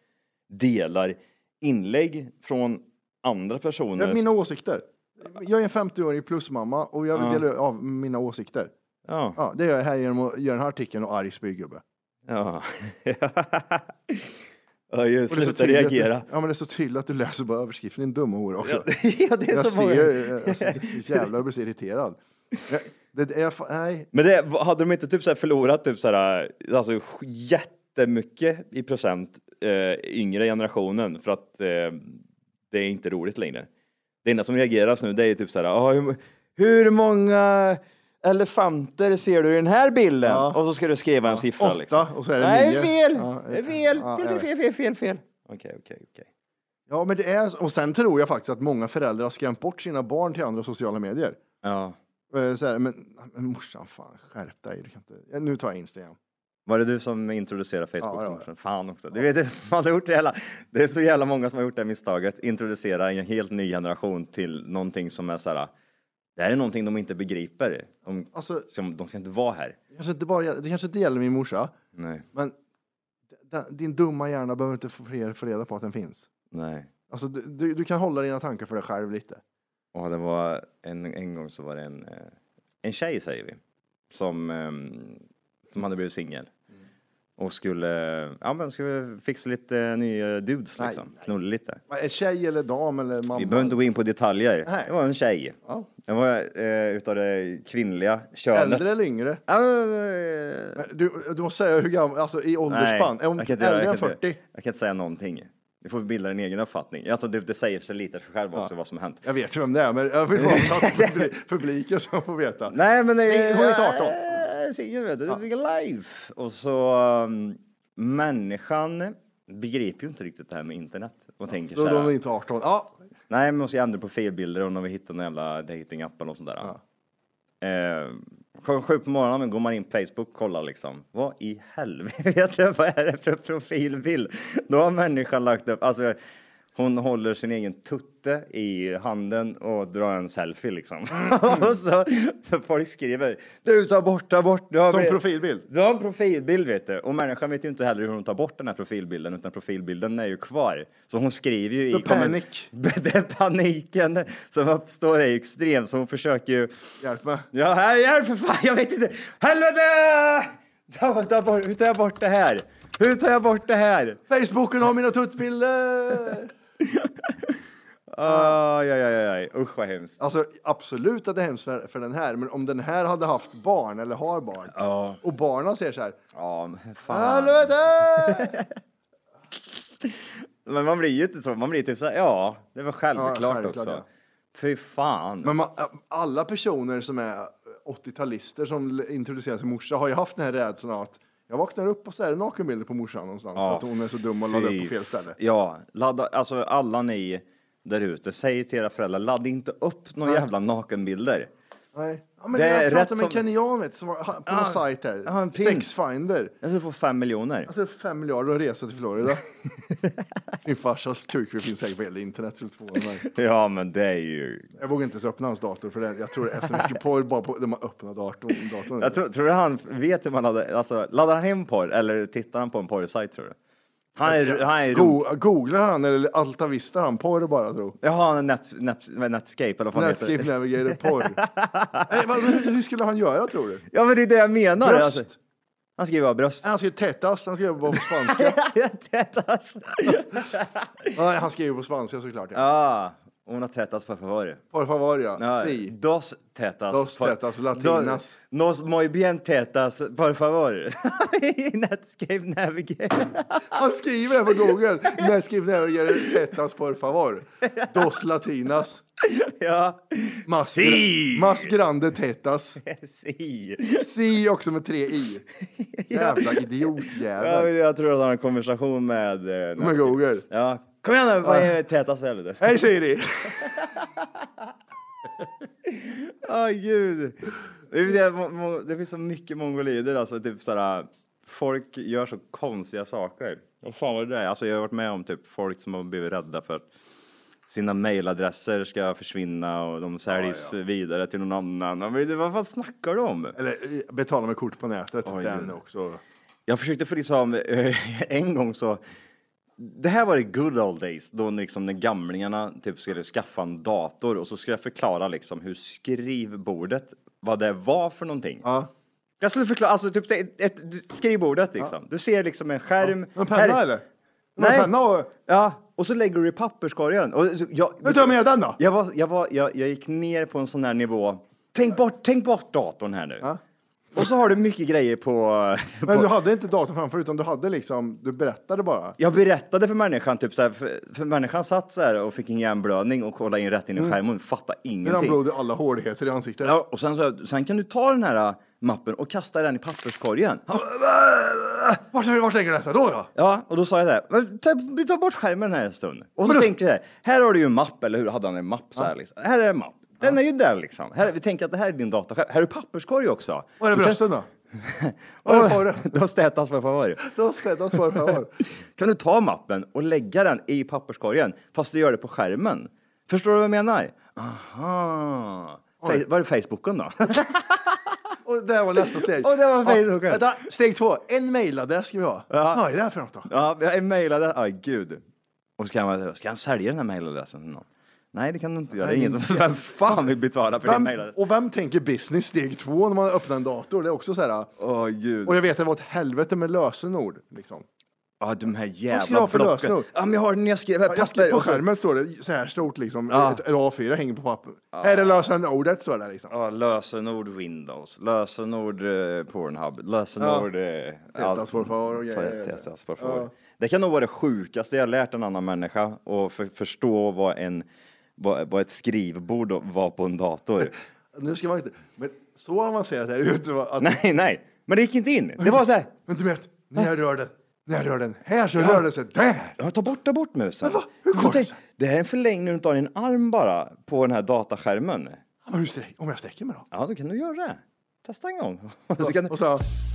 delar inlägg från andra personer. Det är mina åsikter. Jag är en 50-årig plusmamma och jag vill dela av mina åsikter. Det gör jag här genom att göra den här artikeln och arg spygubbe. Just sluta reagera. Ja, men det är så tydligt att du läser bara överskriften. Din dumma hora också. Ja, det är jag så många. Jävlar, jag blir så irriterad. Nej. Men hade de inte typ så här förlorat typ så här, alltså jättemycket i procent yngre generationen för att det är inte roligt längre. Det enda som reageras nu, det är typ så här, hur många elefanter ser du i den här bilden? Och så ska du skriva en siffra 8, liksom. Och så är det nej, 9. Fel. Okej. Ja, men det är, och sen tror jag faktiskt att många föräldrar har skrämt bort sina barn till andra sociala medier. Så här, men morsan, fan, skärp dig. Du kan inte... Nu tar jag Instagram. Var det du som introducerade Facebook? Fan också. Du vet, man har gjort det är så jävla många som har gjort det misstaget. Introducera en helt ny generation till någonting som är så här. Det här är någonting de inte begriper. De ska inte vara här. Det kanske inte gäller min morsa. Nej. Men din dumma hjärna behöver inte få reda på att den finns. Nej. Alltså du kan hålla dina tankar för dig själv lite. Och det var en gång så var det en tjej, säger vi, som hade blivit singel. Och skulle fixa lite nya dudes liksom. Knulla lite. Är tjej eller dam eller mamma? Vi behöver inte gå in på detaljer. Nej. Det var en tjej. Ja. Det var utav det kvinnliga könet. Äldre eller yngre? Du måste säga hur gammal, alltså i åldersspann. Är hon äldre än 40? Jag kan inte säga någonting. Du får bilda en egen uppfattning. Alltså det säger sig lite för själv också vad som har hänt. Jag vet ju vem det är, men jag vill bara att publiken som får veta. Nej, men det är inte 18. Ingen vet det. Det är live. Och så människan begriper ju inte riktigt det här med internet. Och tänker så de är inte 18. Ja. Nej, men måste ändra profilbilder och när vi hittar någon jävla datingappen och sånt där. Ja. 7 på morgonen går man in på Facebook och kollar liksom. Vad i helvete, vad är det för profilbild? Då har människan lagt upp, alltså hon håller sin egen tutte i handen och drar en selfie liksom. Och så folk skriver, du tar bort. Som profilbild? Du har en profilbild vet du. Och människan vet ju inte heller hur hon tar bort den här profilbilden. Utan profilbilden är ju kvar. Så hon skriver ju i... Panik. Den paniken som uppstår är extrem. Så hon försöker ju... Hjälp mig. Ja, hjälp för fan, jag vet inte. Helvete! Hur tar jag bort det här? Hur tar jag bort det här? Facebooken har mina tuttbilder. Aj. Usch vad hemskt. Alltså absolut att det är hemskt för den här. Men om den här hade haft barn eller har barn. Och barnen ser så här. Ja, men fan. Helvete! Men man blir ju inte så. Man blir typ så här, ja, det var självklart också. Ja. Fy fan. Men alla personer som är 80-talister som introducerar sin morsa har ju haft den här rädslan att jag vaknar upp och så är det nakenbilder på morsan någonstans. Så att hon är så dum och laddar upp på fel ställe. Ja, alltså alla ni där ute, säg till era föräldrar, ladda inte upp några jävla nakenbilder. Nej. Ja, men jag pratade med Kenyan på någon sajt här. Sexfinder. Jag får 5 miljoner. Alltså 5 miljarder och resa till Florida. Min farsas kuk finns säkert på hela internet. Ja, men det är ju... Jag vågar inte ens öppna hans dator för det. Jag tror det är så mycket porr bara på när man öppnar datorn. Jag tror han vet hur man laddar han hem porr eller tittar han på en porrsajt tror du? Han är googlar han eller altavistar han porr bara tror. Jaha, Netscape eller vad Netscape heter. Navigator porr. Hur skulle han göra tror du? Ja, men det är det jag menar. Bröst. Alltså, han skriver bara bröst. Han skriver tetas, han skriver på spanska. Tetas. Nej, han skriver på spanska såklart. Ja. Una tetas, por favor. Por favor, ja. Sí. Dos tetas latinas. Nos muy bien tetas, por favor. Netscape Navigator. Han skriver det på Google. Netscape Navigator, tetas, por favor. Dos latinas. Ja. Mas grande tetas. Si också med 3 i. Jävla idiotjävel. Ja, jag tror att han har en konversation med Google. Ja. Kom igen nu, vad är tetas helvete? Hej Siri! Gud. Det finns så mycket mongolider, alltså typ sådär, folk gör så konstiga saker. Och fan vad det är. Alltså jag har varit med om typ folk som har blivit rädda för att sina mailadresser ska försvinna och de säljs vidare till någon annan. Vad fan snackar du om? Eller betala med kort på nätet. Den också. Jag försökte för liksom en gång så. Det här var i good old days då liksom när gamlingarna typ skulle skaffa en dator och så ska jag förklara liksom hur skrivbordet, vad det var för någonting. Ja. Jag skulle förklara, alltså typ ett skrivbordet liksom. Ja. Du ser liksom en skärm. En penna eller? Nej. Penna och... Ja, och så lägger du i papperskorgen. Och Vet du med den då? Jag gick ner på en sån här nivå. Tänk bort datorn här nu. Ja. Och så har du mycket grejer på... Men du hade inte datorn framför utan du hade liksom, du berättade bara. Jag berättade för människan typ så här, för människan satt så här och fick en hjärnblödning och kollade in rätt in i skärmen och fattade ingenting. Men han blodde alla hårdheter i ansiktet. Ja, och sen kan du ta den här mappen och kasta den i papperskorgen. Vart lägger detta då? Ja, och då sa jag det här. Vi tar bort skärmen här en stund. Och så tänkte jag här har du ju en mapp, eller hur? Hade han en mapp så här liksom. Här är en mapp. Den är ju där liksom. Vi tänker att det här är din dataskärm. Här är papperskorg också. Vad är brösten då? Då stätas för favor. Kan du ta mappen och lägga den i papperskorgen fast du gör det på skärmen? Förstår du vad jag menar? Aha. Var är Facebooken då? Och det var nästa steg. Och det var Facebooken. Vänta, steg 2. En mailadress ska vi ha. Ja. Vad är det här för något då? Ja, en mailadress. Gud. Och ska han sälja den här mailadressen till någon? Nej, det kan du inte göra. Det är ingen som... Vem fan vill betala för din mejl? Och vem tänker business steg 2 när man öppnar en dator? Det är också så här... Gud. Och jag vet att det var ett helvete med lösenord. Liksom. Ja, de här jävla ska jag för blocken. lösenord? Ja, men jag har den jag skrev här papper. På skärmen står det så här stort liksom. Ett A4 hänger på papper. Här är lösenordet, står det där liksom. Ja, lösenord Windows. Lösenord Pornhub. Lösenord... Testas por favor och grejer. Testas por favor. Det kan nog vara det sjukaste jag lärt en annan människa. Och förstå vad ett skrivbord var på en dator. Nu ska man inte... Men så avancerat är det ju inte. Att... Nej. Men det gick inte in. Det var så här. Men du vet, när jag rör den här så rör det sig där. Ja, ta bort musen. Men hur går det? Det här är en förlängning av din arm bara på den här dataskärmen. Ja, men om jag sträcker mig då? Ja, då kan du göra det. Testa en gång. Och så...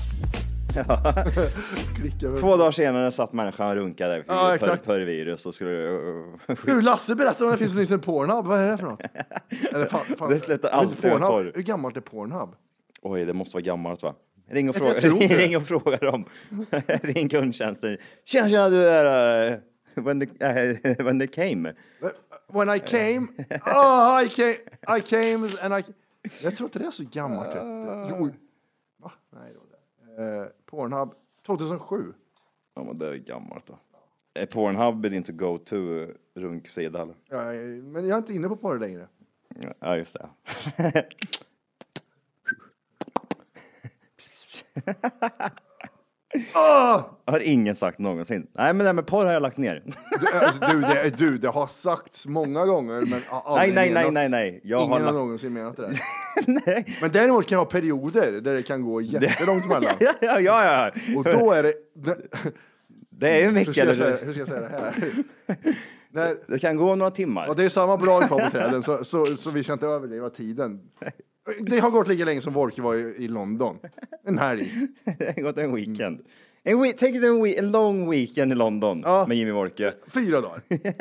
Ja. 2 dagar senare satt människan och runkade per virus och skulle... Hur Lasse berättar om det finns en liten Pornhub. Vad är det för något? Eller fan, det slutar alltid Pornhub. Hur gammalt är Pornhub? Oj, det måste vara gammalt, va? Ring och fråga dem. Ring kundtjänsten. Tjena, du är... When they came. When I came... I came and I... Jag tror inte det är så gammalt. Jo. Va? Nej, det var det. Pornhub 2007. Ja, men det är gammalt då. Är Pornhub inte go-to runksida? Eller? Ja, men jag är inte inne på porr längre. Ja, just det. Har ingen sagt någonsin. Nej, men det med porr har jag lagt ner. Det har sagts många gånger, men nej. Ingen har någonsin menat det. Nej. Men däremot kan det vara perioder där det kan gå jättelångt mellan. Ja. Och då är det... Det är ju mycket. Hur ska jag säga det här? Det kan gå några timmar. Och det är samma blad kvar på träden, så vi ska inte överdriva tiden. Det har gått lika länge som Volke var i London. En helg. Det har gått en weekend. Tänk en lång weekend i London med Jimmy Volke. 4 dagar.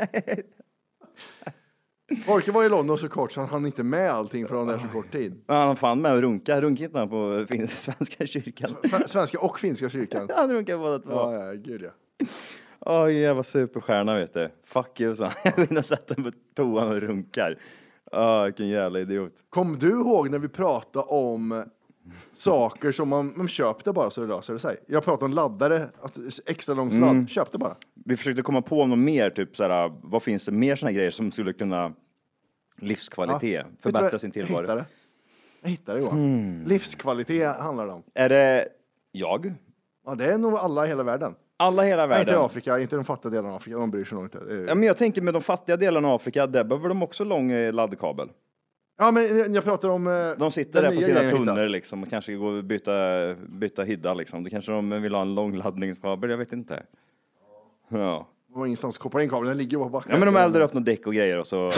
Volke var i London så kort så han hann inte med allting från där så kort tid. Ja, han fann med att runka. Runkade inte han på svenska kyrkan? Svenska och finska kyrkan. Han runkade båda två. Ja, gud ja. Jävla superstjärna, vet du. Fuck you, så jag vill sätta på toan och runkar. Vilken jävla idiot. Kom du ihåg när vi pratade om saker som man köpte bara så det löser det sig? Jag pratade om laddare, extra lång sladd. Köpte bara. Vi försökte komma på något mer, typ såhär, vad finns det mer såna grejer som skulle kunna livskvalitet, förbättra sin tillvaro? Jag hittade det igår. Livskvalitet handlar det om. Är det jag? Ja, det är nog alla i hela världen. Alla i hela världen? Inte i Afrika, inte de fattiga delarna av Afrika. De bryr sig nog inte. Ja, men jag tänker med de fattiga delarna av Afrika, där behöver de också lång laddkabel. Ja, men jag pratar om... De sitter där på sina tunnor liksom och kanske går och byta hydda liksom. Det kanske de vill ha en lång laddningskabel, jag vet inte. Ja. De har ingenstans att koppla in kabeln, den ligger bara på backen. Ja, men de eldar upp något däck och grejer och så...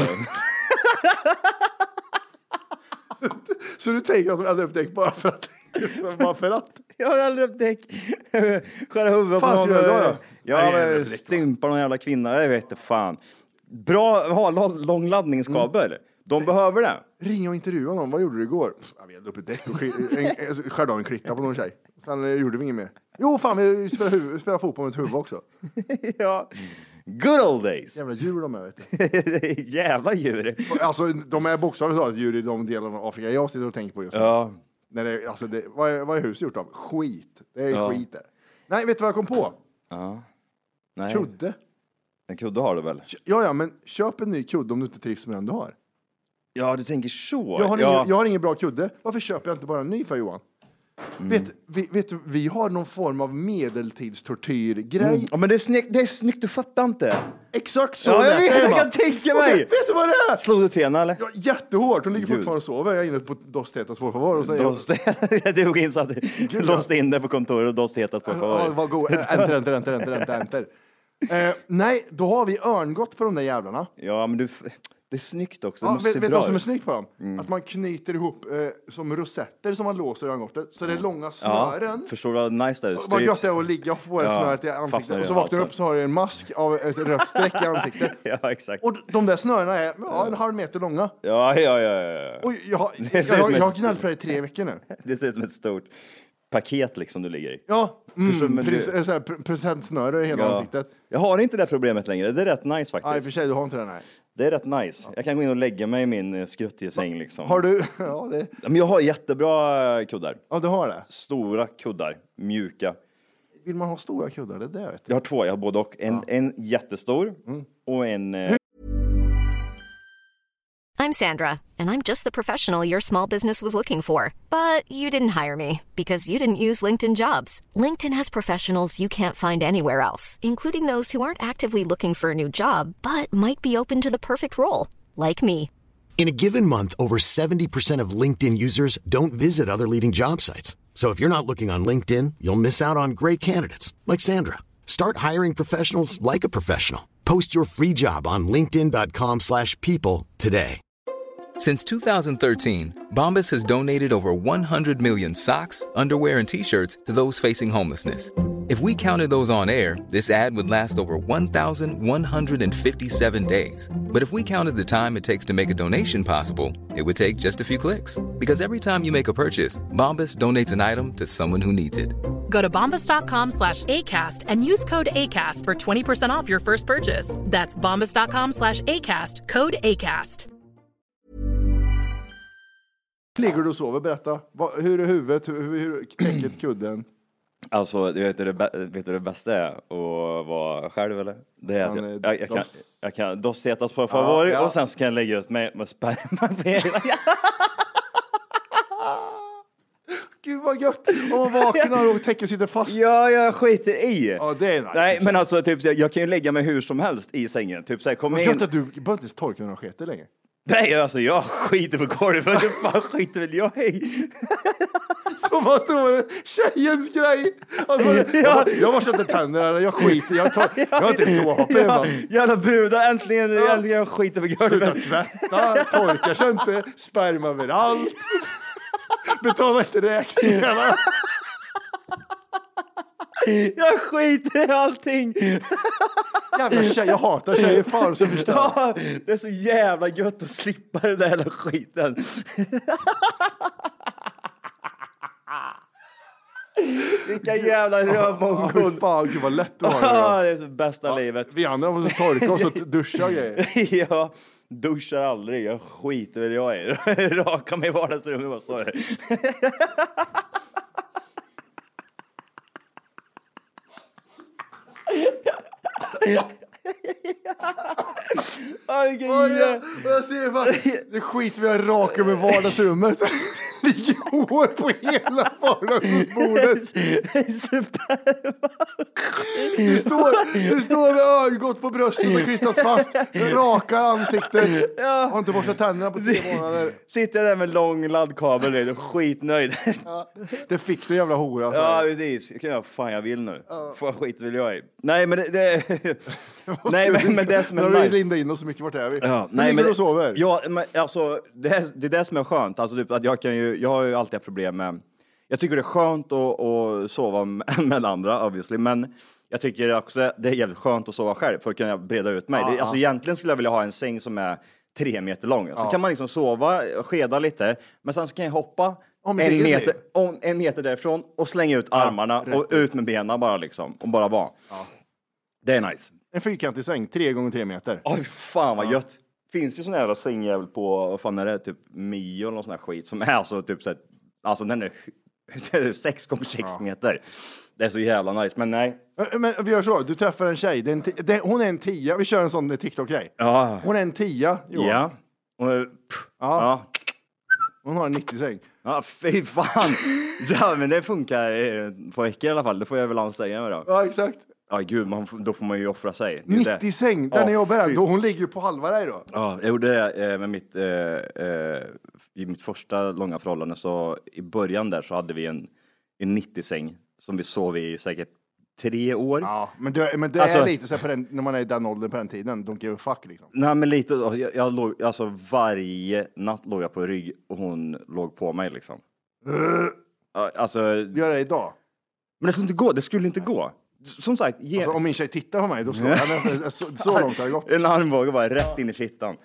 Så du tänker att de eldar upp däck bara för att? Jag har aldrig upp däck. Skära huvudet på någon. Ja, stympar någon jävla kvinna. Jag vet inte fan. Bra att ha lång laddningskabel. De behöver det. Ring och intervjua någon. Vad gjorde du igår? Vi eldade upp ett däck och skärde av en klitta på någon tjej. Sen gjorde vi inget mer. Jo, fan, vi spelar fotboll med ett huvud också. Ja. Good old days. Jävla djur de är, vet du. Jävla djur. Alltså, de är bokstavligt talat djur i de delarna av Afrika jag sitter och tänker på just nu. Ja. När det, alltså vad är huset gjort av? Skit. Det är skit där. Nej, vet du vad jag kom på? Ja. Nej. Kudde. En kudde har du väl? Ja, men köp en ny kudde om du inte trivs med den du har. Ja, du tänker så. Jag har ingen bra kudde. Varför köper jag inte bara en ny för Johan? Vet du, vi har någon form av medeltidstortyrgrej. Ja, men det är snyggt, du fattar inte. Exakt så. Ja, jag kan tänka mig. Vet du vad det är? Slog du tena eller? Ja, jättehårt. Hon ligger fortfarande och sover. Jag är inne på Dos Tetas por favor. Och säger du gick in så att du låste in det på kontoret och Dos Tetas por favor. Ja, vad god. Enter. Nej, då har vi örngott på de där jävlarna. Ja, men det är snyggt också. Ja, vet du vad som är snyggt på dem? Att man knyter ihop som rosetter som man låser i örngottet. Så det är långa snören. Ja, förstår du vad nice det är? Vad gött det är att ligga och få snöret i ansiktet. Och så vaknar du upp så har du en mask av ett rött streck i ansiktet. Ja, exakt. Och de där snörena är en halv meter långa. Ja. Och jag har gnällt på det i 3 veckor nu. Det ser ut som ett stort paket liksom du ligger i. Ja, presentsnöre i hela ansiktet. Jag har inte det problemet längre. Det är rätt nice faktiskt. Nej, för sig, du har inte det, nej. Det är rätt nice. Jag kan gå in och lägga mig i min skruttiga säng liksom. Har du? Ja, det... Men jag har jättebra kuddar. Ja, du har det? Stora kuddar, mjuka. Vill man ha stora kuddar? Det vet jag har 2, jag har både och. En jättestor och en... I'm Sandra, and I'm just the professional your small business was looking for. But you didn't hire me because you didn't use LinkedIn Jobs. LinkedIn has professionals you can't find anywhere else, including those who aren't actively looking for a new job, but might be open to the perfect role, like me. In a given month, over 70% of LinkedIn users don't visit other leading job sites. So if you're not looking on LinkedIn, you'll miss out on great candidates like Sandra. Start hiring professionals like a professional. Post your free job on linkedin.com/people today. Since 2013, Bombas has donated over 100 million socks, underwear, and T-shirts to those facing homelessness. If we counted those on air, this ad would last over 1,157 days. But if we counted the time it takes to make a donation possible, it would take just a few clicks. Because every time you make a purchase, Bombas donates an item to someone who needs it. Go to bombas.com/ACAST and use code ACAST for 20% off your first purchase. That's bombas.com/ACAST, code ACAST. Ligger du och sover? Berätta. Hur är huvudet? Hur knäcket kudden? Alltså, vet du det bästa är att vara själv eller? Det är att jag kan dossetas på favor och sen så kan jag lägga ut mig med sperma. Gud vad gött. Om man vaknar och täcker sitter fast. Ja, jag skiter i. Ja, det är nice. Nej, men alltså typ jag kan ju lägga mig hur som helst i sängen. Typ så här, kom in. Gött att du behöver inte torka några sketer längre. Nej, alltså jag skiter på golvet. Det fan skiter väl jag i. Som att det var tjejens grej. Alltså, jag var köpte tänder. Jag skiter. Jag har inte ståhopp. Jävla brudar. Äntligen jag skiter på golvet. Sluta tvätta. Torkar sig inte. Sperma överallt. Betala inte räkningarna. Jag skiter i allting. Jävla tjej, jag hatar tjejer. Fan så förstår. Ja, det är så jävla gött att slippa den där jävla skiten. Vilka jävla rövmongon. Fan, gud vad lätt du har det. Ja, det är så bästa livet. Vi andra måste torka oss och duscha och grejer. Ja, duschar aldrig. Jag skiter väl jag i. Raka mig i vardagsrummet. Vad står det? Jag ser bara, det skit vi har raka med vardagsrummet. Det ligger hår på hela vardagsbordet. Du står med örgott på bröstet och klistras fast. Rakar ansiktet. Ja. Har inte borstat tänderna på 3 månader. Sitter jag där med lång laddkabel och skitnöjd. Ja, det fick du jävla hora. Ja, precis. Jag kan göra fan jag vill nu. Får skit vill jag i. Nej, men det nej, men det som är nice. Vi linda in oss så mycket, vart är vi? Ja, nej, men du sover? Ja, men alltså det är det som är skönt. Alltså typ att jag har ju alltid haft problem med. Jag tycker det är skönt att sova med andra obviously, men jag tycker också det är jävligt skönt att sova själv för att kunna breda ut mig. Alltså egentligen skulle jag vilja ha en säng som är 3 meter lång. Så kan man liksom sova, skeda lite, men sen så kan jag hoppa en meter därifrån och slänga ut armarna och ut med benen bara liksom och bara vara. Ja. Det är nice. En fyrkantig säng, 3 gånger 3 meter. Oj, fan vad gött. Finns ju sån här sängjävel på, vad fan är det, typ Mio eller sån här skit som är alltså typ så här, alltså den är 6 gånger 6 meter. Det är så jävla nice, men nej. Men vi gör så, du träffar en tjej, hon är en 10, vi kör en sån TikTok-grej. Ja. Hon är en 10, Ja. Ja. Hon har en 90-säng. Ja, fy fan. Ja, men det funkar på veckor i alla fall. Det får jag väl anstränga mig då. Ja, exakt. Ja, gud, då får man ju offra sig. 90-säng, där ni jobbar då. Hon ligger ju på halva dig då. Ja, jag gjorde det med i mitt första långa förhållande. Så i början där så hade vi en 90-säng som vi sov i säkert 3 år. Ja, men det alltså, är lite så här när man är i den åldern på den tiden. Don't give a fuck liksom. Nej, men lite. Jag låg, alltså varje natt låg jag på rygg och hon låg på mig liksom. Alltså. Gör det idag? Men det skulle inte gå. Som sagt, alltså, om min tjej tittar på mig då slår jag så långt har det gått. En armbåge bara rätt in i fittan.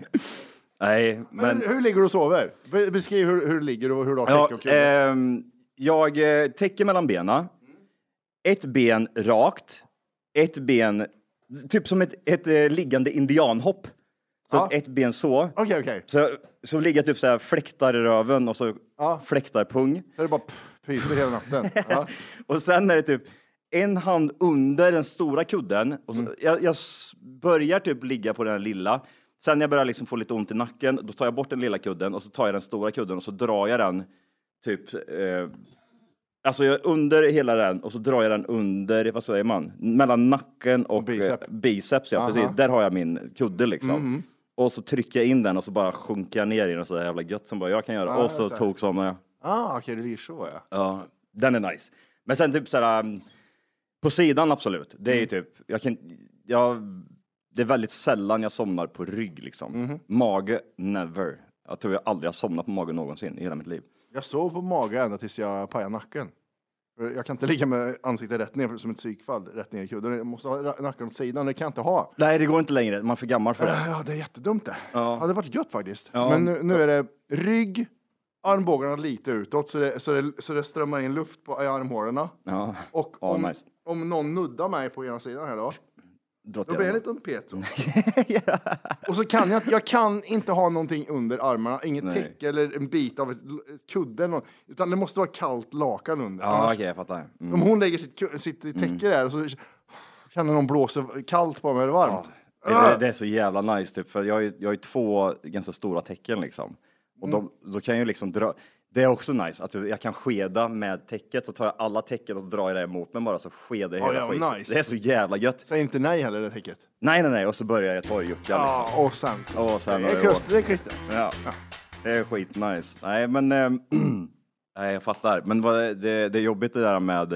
Nej, men hur ligger du och sover? Beskriv hur du ligger och hur du har täck och Jag täcker mellan benen. Ett ben rakt. Ett ben, typ som ett liggande indianhopp. Så att ett ben så. Okej. Så ligger typ så här, fläktar i röven och så fläktar pung. Så är det bara pyser hela natten. Ja. Och sen är det typ en hand under den stora kudden. Och så, jag börjar typ ligga på den lilla. Sen när jag börjar liksom få lite ont i nacken, då tar jag bort den lilla kudden och så tar jag den stora kudden och så drar jag den typ... alltså jag under hela den och så drar jag den under, vad säger man? Mellan nacken och biceps. Ja, precis. Där har jag min kudde liksom. Och så trycker jag in den och så bara sjunker jag ner i den så jävla gött som bara jag kan göra. Och så tog somnar jag. Okej, det blir så Ja, den är nice. Men sen typ såhär, på sidan absolut. Det är ju typ, det är väldigt sällan jag somnar på rygg liksom. Mage, never. Jag tror jag aldrig har somnat på mage någonsin i hela mitt liv. Jag sov på mage ända tills jag pajade nacken. Jag kan inte ligga med ansiktet rätt ner som ett psykfall, rätt ner i kudden. Jag måste ha nacken åt sidan, det kan jag inte ha. Nej, det går inte längre. Man är för gammal för det. Ja, det är jättedumt det. Ja. Det har varit gött faktiskt. Ja. Men nu är det rygg, armbågarna lite utåt så det strömmar in luft i armhålorna. Ja. Och om någon nuddar mig på ena sidan här då blir det en liten pezzo. Och så kan jag kan inte ha någonting under armarna, inget täcke eller en bit av ett kudde, utan det måste vara kallt lakan under. Ja, okej, jag fattar. Om hon lägger sitt täcke där och så känner någon blåser kallt på mig eller varmt. Ja. Det är så jävla nice typ, för jag har ju 2 ganska stora täcken liksom. Och då kan jag liksom dra. Det är också nice att jag kan skeda med täcket, så tar jag alla täcken och så drar jag det emot mig bara, så skedar hela skit. Nice. Det är så jävla gött. Säg inte nej heller det täcket. Nej, och så börjar jag ta och jucka liksom. Och sen det är Christer. Ja. Det är skit nice. Nej, men nej, jag fattar. Men det är jobbigt det där med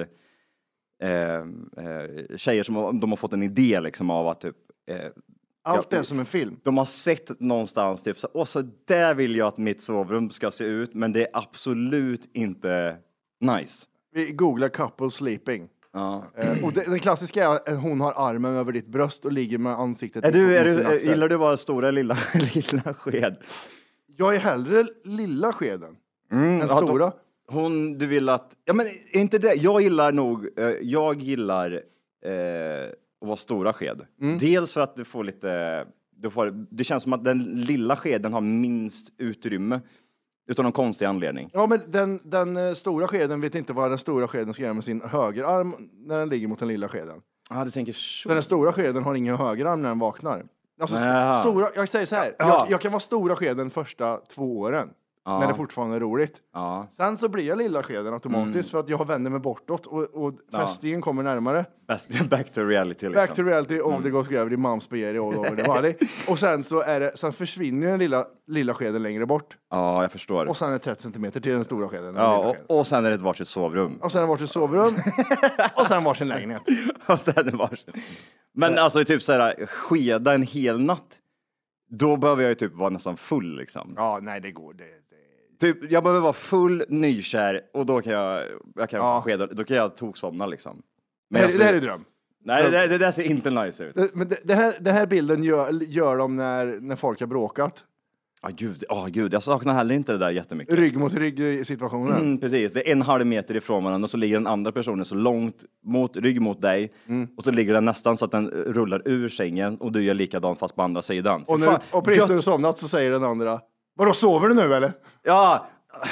tjejer som de har fått en idé liksom av att typ allt är som en film. De har sett någonstans typ så där vill jag att mitt sovrum ska se ut, men det är absolut inte nice. Vi googlar couple sleeping. Ja. Och den klassiska är att hon har armen över ditt bröst och ligger med ansiktet. Gillar du vara stora lilla sked? Jag är hellre lilla skeden än stora. Du vill att... Ja, men är inte det? Jag gillar att vara stora sked. Dels för att du får lite... det känns som att den lilla skeden har minst utrymme. Utan någon konstig anledning. Ja, men den stora skeden vet inte vad den stora skeden ska göra med sin högerarm när den ligger mot den lilla skeden. Ja, du tänker så. Den stora skeden har ingen högerarm när den vaknar. Alltså, jag säger så här. Jag kan vara stora skeden första 2 åren. När det fortfarande är roligt. Ja. Sen så blir jag lilla skeden automatiskt för att jag har vänder mig bortåt och fästingen kommer närmare. Back to reality liksom. Back to reality, det går skräver i mom's spaghetti all over the body. Och sen försvinner den lilla skeden längre bort. Ja, jag förstår. Och sen är det 30 centimeter till den stora skeden. Ja, och sen är det ett varsitt sovrum. Och sen är det varsitt sovrum. Och sen varsin lägenhet. Och sen är det varsin. Men alltså typ såhär, skeda en hel natt. Då behöver jag ju typ vara nästan full liksom. Ja, nej det går. Typ, jag behöver vara full nykär och då kan jag skeda, då kan jag toksomna liksom. Men det här är dröm. Nej, det där ser inte nice ut. Men den här bilden gör de när folk har bråkat. Gud, jag saknar heller inte det där jättemycket. Rygg mot rygg situationen. Precis, det är 1,5 meter ifrån varandra och så ligger den andra personen så långt rygg mot dig. Och så ligger den nästan så att den rullar ur sängen och du gör likadant fast på andra sidan. Och precis när du somnat så säger den andra: vadå, sover du nu eller? Ja.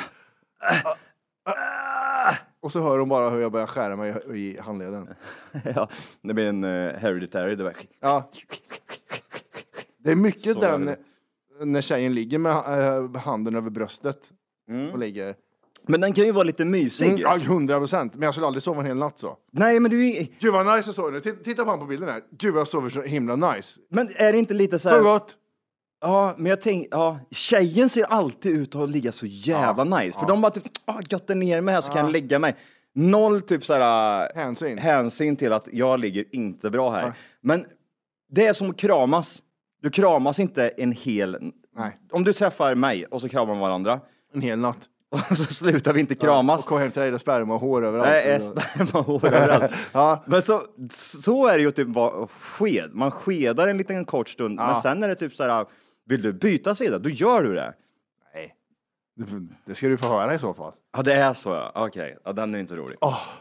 Och så hör de bara hur jag börjar skära mig i handleden. Ja, det blir en hereditary. Ja. Det är mycket när tjejen ligger med handen över bröstet och ligger. Men den kan ju vara lite mysig. Ja, 100%. Men jag skulle aldrig sova en hel natt så. Nej, men Gud vad nice jag sover. Titta på han på bilden här. Gud vad jag sover så himla nice. Men är det inte lite så här... Så gott. Ja, men jag tänker, tjejen ser alltid ut att ligga så jävla nice. För de bara typ, götter ner mig här så kan jag lägga mig. Noll typ såhär hänsyn till att jag ligger inte bra här. Men det är som att kramas. Du kramas inte en hel... Nej. Om du träffar mig och så kramar man varandra. En hel natt. Och så slutar vi inte kramas. Och kom hem till dig och sperma och hår överallt. Nej, sperma och hår överallt. Men så är det ju typ sked. Man skedar en liten kort stund. Men sen är det typ såhär, vill du byta sida? Då gör du det. Nej. Det ska du få höra i så fall. Ja, det är så. Ja. Okej. Ja, den är inte rolig.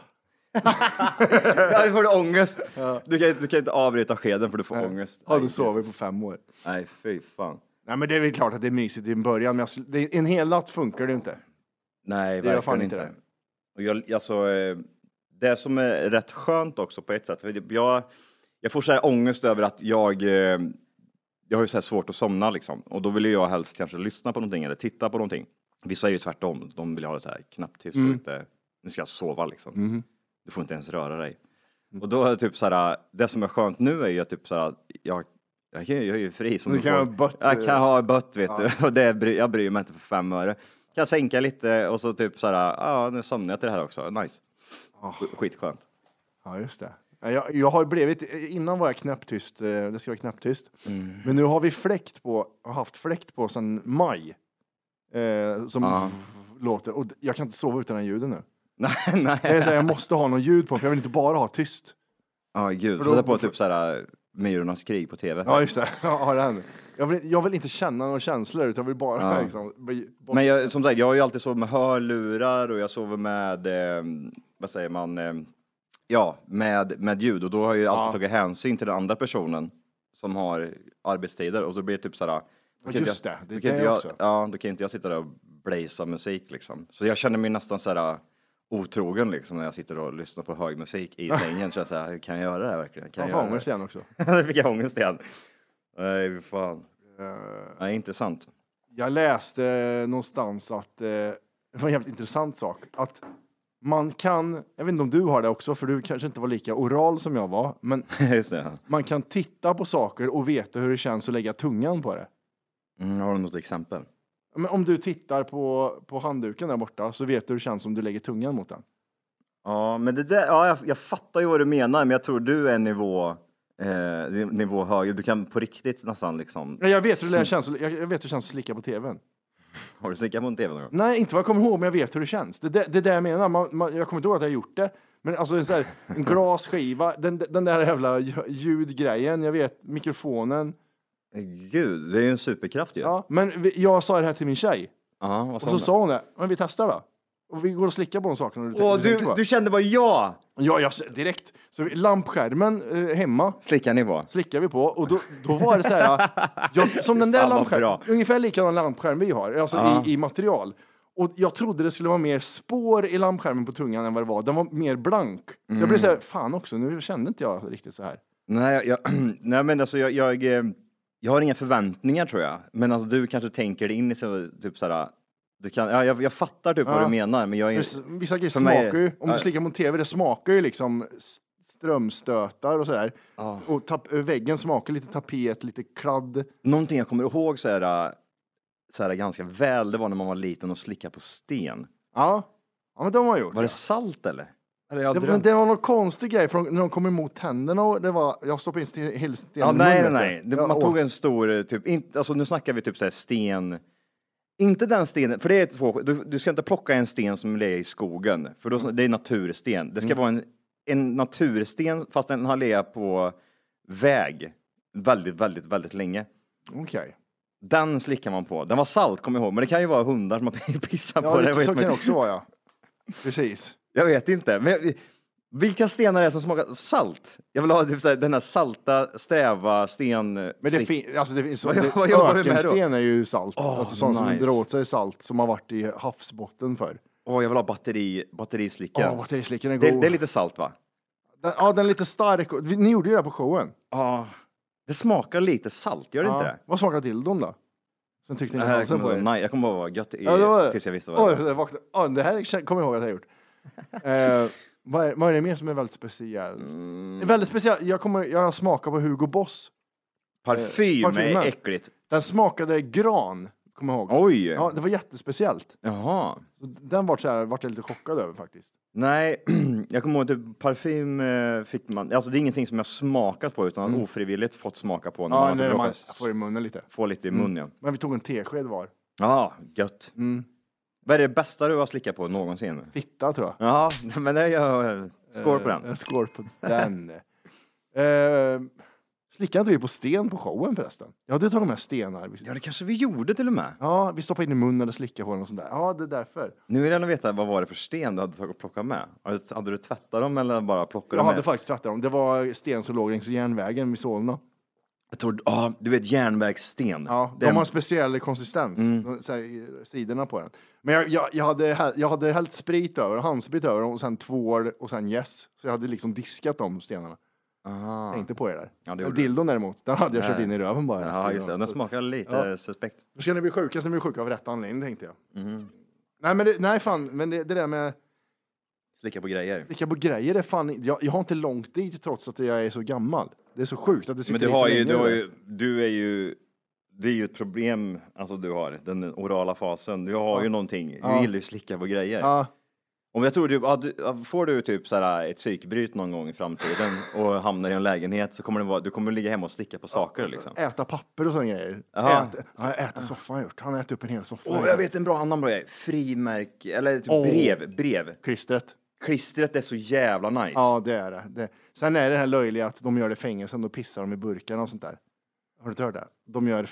Jag får ångest. Ja. Du kan inte avbryta skeden för du får ångest. Ja, du sover på 5 år. Nej, fy fan. Nej, men det är väl klart att det är mysigt i början. Men en hel natt funkar det inte. Nej, det verkligen inte. Det. Och det som är rätt skönt också på ett sätt. Jag får så här ångest över att jag har ju så här svårt att somna liksom. Och då vill jag helst kanske lyssna på någonting eller titta på någonting. Vissa är ju tvärtom. De vill ha det så här knapptyst och inte, nu ska jag sova liksom. Du får inte ens röra dig. Och då är det typ så här, det som är skönt nu är ju typ så här, jag är ju fri som jag kan ha bött, vet du. Och jag bryr mig inte för 5 öre. Kan jag sänka lite och så typ så här, nu somnar jag till det här också. Nice. Skitskönt. Ja, just det. Jag har blivit, innan var jag knäpptyst, det ska vara knäpptyst. Men nu har vi haft fläkt på sedan maj. Som låter, och jag kan inte sova utan den ljuden nu. Nej. Jag måste ha någon ljud på, för jag vill inte bara ha tyst. Ja, gud. Så på typ såhär Myrornas krig på tv. Ja, just det. Jag vill inte känna några känslor, utan jag vill bara liksom, Men som sagt, jag har ju alltid sovit med hörlurar och jag sover med vad säger man, med ljud, och då har jag ju alltid tagit hänsyn till den andra personen som har arbetstider, och så blir det typ såhär. Just det är också. Ja, då kan inte jag sitta där och blaza musik liksom. Så jag känner mig nästan såhär otrogen liksom när jag sitter och lyssnar på hög musik i sängen. Så jag säger, kan jag göra det här verkligen? Kan jag ångest igen också. Det fick jag ångest igen. Nej, fan. Nej, intressant. Jag läste någonstans att det var en jävligt intressant sak. Att man kan, jag vet inte om du har det också, för du kanske inte var lika oral som jag var. Men just det, man kan titta på saker och veta hur det känns att lägga tungan på det. Har du något exempel? Men om du tittar på handduken där borta, så vet du hur det känns om du lägger tungan mot den. Ja, men det där, jag fattar ju vad du menar, men jag tror du är nivå högre. Du kan på riktigt nästan liksom. Jag vet hur det känns. Jag vet hur det känns att slicka på tvn. Har du slickat på en tv någon gång? Nej, inte vad jag kommer ihåg, men jag vet hur det känns. Det är det jag menar. Jag kommer inte ihåg att jag har gjort det. Men alltså en glasskiva, den där jävla ljudgrejen, jag vet, mikrofonen. Gud, det är ju en superkraft ju. Ja, men jag sa det här till min tjej. Och så sa hon det. Men vi testar då. Och vi går och slickar på de sakerna. Du kände bara ja! Ja, direkt. Så lampskärmen hemma. Slickar vi på. Och då var det så här. Som den där lampskärmen. Ungefär likadan lampskärm vi har. Alltså i material. Och jag trodde det skulle vara mer spår i lampskärmen på tungan än vad det var. Den var mer blank. Så jag blev så här, fan också. Nu kände inte jag riktigt så här. Nej, men alltså jag har inga förväntningar tror jag. Men alltså du kanske tänker in i så typ såhär. Du kan, jag fattar typ vad du menar, men jag är vissa grejer smakar ju, om du slickar mot tv, det smakar ju liksom strömstötar och sådär. Och väggen smakar lite tapet, lite kladd. Någonting jag kommer ihåg så här ganska väl, det var när man var liten och slickade på sten. Ja men de har gjort. Var det salt eller? Det var någon konstig grej när de kom emot tänderna, och det var, jag stoppade in hela stenen. Nej. Man tog en stor typ, alltså nu snackar vi typ så här sten. Inte den stenen, för det är två. Du ska inte plocka en sten som ligger i skogen, för då, det är natursten. Det ska vara en natursten, fast den har legat på väg väldigt, väldigt, väldigt länge. Okej. Den slickar man på. Den var salt, kommer jag ihåg, men det kan ju vara hundar som har pissat på det. Ja, så kan det också vara, ja. Precis. Jag vet inte, men vilka stenar är det som smakar salt? Jag vill ha typ så här, den här salta, sträva sten. Men det finns ökensten är ju salt. Alltså sånt som drar åt sig salt, som har varit i havsbotten för. Jag vill ha batterislickan. Batterislickan är god. Det är lite salt, va? Den är lite stark. Ni gjorde ju det på showen. Det smakar lite salt, gör det inte det? Vad smakar dildon då? Sen tyckte ni jag kommer bara vara gött tills jag visste vad det var. Det här kommer jag ihåg att jag har gjort. Vad är det mer som är väldigt speciellt? Väldigt speciellt. Jag smakar på Hugo Boss. Parfym är äckligt. Den smakade gran, kommer jag ihåg. Oj. Ja, det var jättespeciellt. Jaha. Den vart jag lite chockad över faktiskt. Nej, jag kommer ihåg att parfym fick man, alltså det är ingenting som jag smakat på, utan ofrivilligt fått smaka på när man får i munnen lite. Får lite i munnen, ja. Men vi tog en tesked var. Ja, gött. Vad är det bästa du har slickat på någonsin? Fitta, tror jag. Ja, men det är skål på den. Skål på den. Slickade inte vi på sten på showen förresten? Jag hade tagit med stenar. Ja, det kanske vi gjorde till och med. Ja, vi stoppade in i munnen och slickade på den och sånt där. Ja, det är därför. Nu vill jag veta, vad var det för sten du hade tagit och plockat med? Hade du tvättat dem eller bara plockat dem med? Jag hade faktiskt tvättat dem. Det var sten som låg längs järnvägen vid Solna. Jag tror, du vet järnvägssten. Ja, de har en speciell konsistens. Sidorna på den. Men jag hade hällt sprit över, handsprit över och sen tvål och sen yes. Så jag hade liksom diskat de stenarna. Aha. Tänkte på er där. Ja, Dildon däremot, den hade jag kört in i röven bara. Ja, just det. Den smakar lite suspekt. Då ska ni bli sjuka, så ni blir sjuka av rätt anledning, tänkte jag. Nej, men det där med... Slicka på grejer. Slicka på grejer är fan... Jag har inte långt dit trots att jag är så gammal. Det är så sjukt att det sitter det är ju ett problem, alltså du har den orala fasen. Du har ju någonting. Du gillar ju slicka på grejer. Ja. Om jag tror får du typ såhär ett psykbryt någon gång i framtiden och hamnar i en lägenhet så kommer du kommer ligga hemma och slicka på saker liksom. Äta papper och sådana grejer. Äta soffan har gjort. Han äter upp en hel soffa. Jag vet en annan bra grej. Frimärke eller typ brev. Klistret är så jävla nice. Ja, det är det. Sen är det här löjliga att de gör det i fängelsen och pissar de i burkarna och sånt där. Har du inte hört det? De gör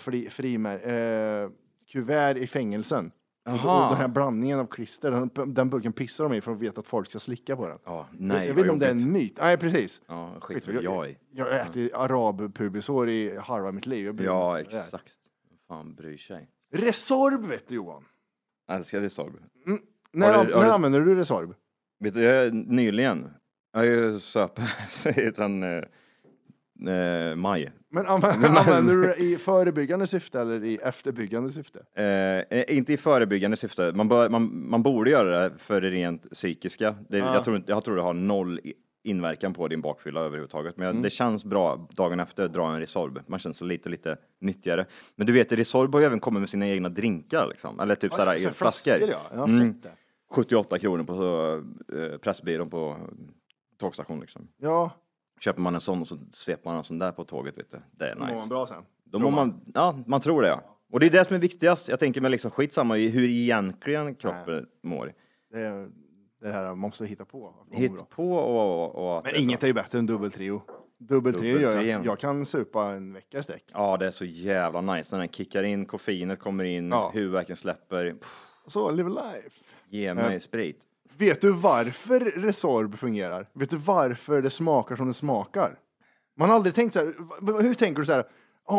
kuvert i fängelsen. Och den här blandningen av klister, den burken pissar de i för att veta att folk ska slicka på den. Ja, nej, jag vet inte om det är en myt. Nej, precis. Ja, jag har ätit arabpubisår i halva mitt liv. Ja, exakt. Fan bryr sig. Resorb vet du, Johan. Jag älskar Resorb. När använder du Resorb? Vet du, nyligen. Jag har ju söpt sen maj. Men använder du det i förebyggande syfte eller i efterbyggande syfte? Inte i förebyggande syfte. Man borde göra det för det rent psykiska. Jag tror det har noll inverkan på din bakfylla överhuvudtaget. Men det känns bra dagen efter att dra en Resorb. Man känns lite nyttigare. Men du vet, Resorb har ju även kommit med sina egna drinkar liksom. Eller typ sådär flaskor. Ja, jag har sett det. 78 kronor på Pressbyrån på tågstation liksom. Ja. Köper man en sån och så sveper man en sån där på tåget, vet du. Det är nice. Då mår man bra sen. Man tror det, ja. Och det är det som är viktigast. Jag tänker mig liksom skitsamma i hur egentligen kroppen mår. Det här man måste hitta på. Men inget är ju bättre än dubbeltrio. Dubbeltrio gör jag kan supa en vecka i sträck. Ja, det är så jävla nice. När den kickar in, koffeinet kommer in, huvudvärken släpper. Så, live life. Ge mig sprit. Vet du varför Resorb fungerar? Vet du varför det smakar som det smakar? Man har aldrig tänkt så här. Hur tänker du så här?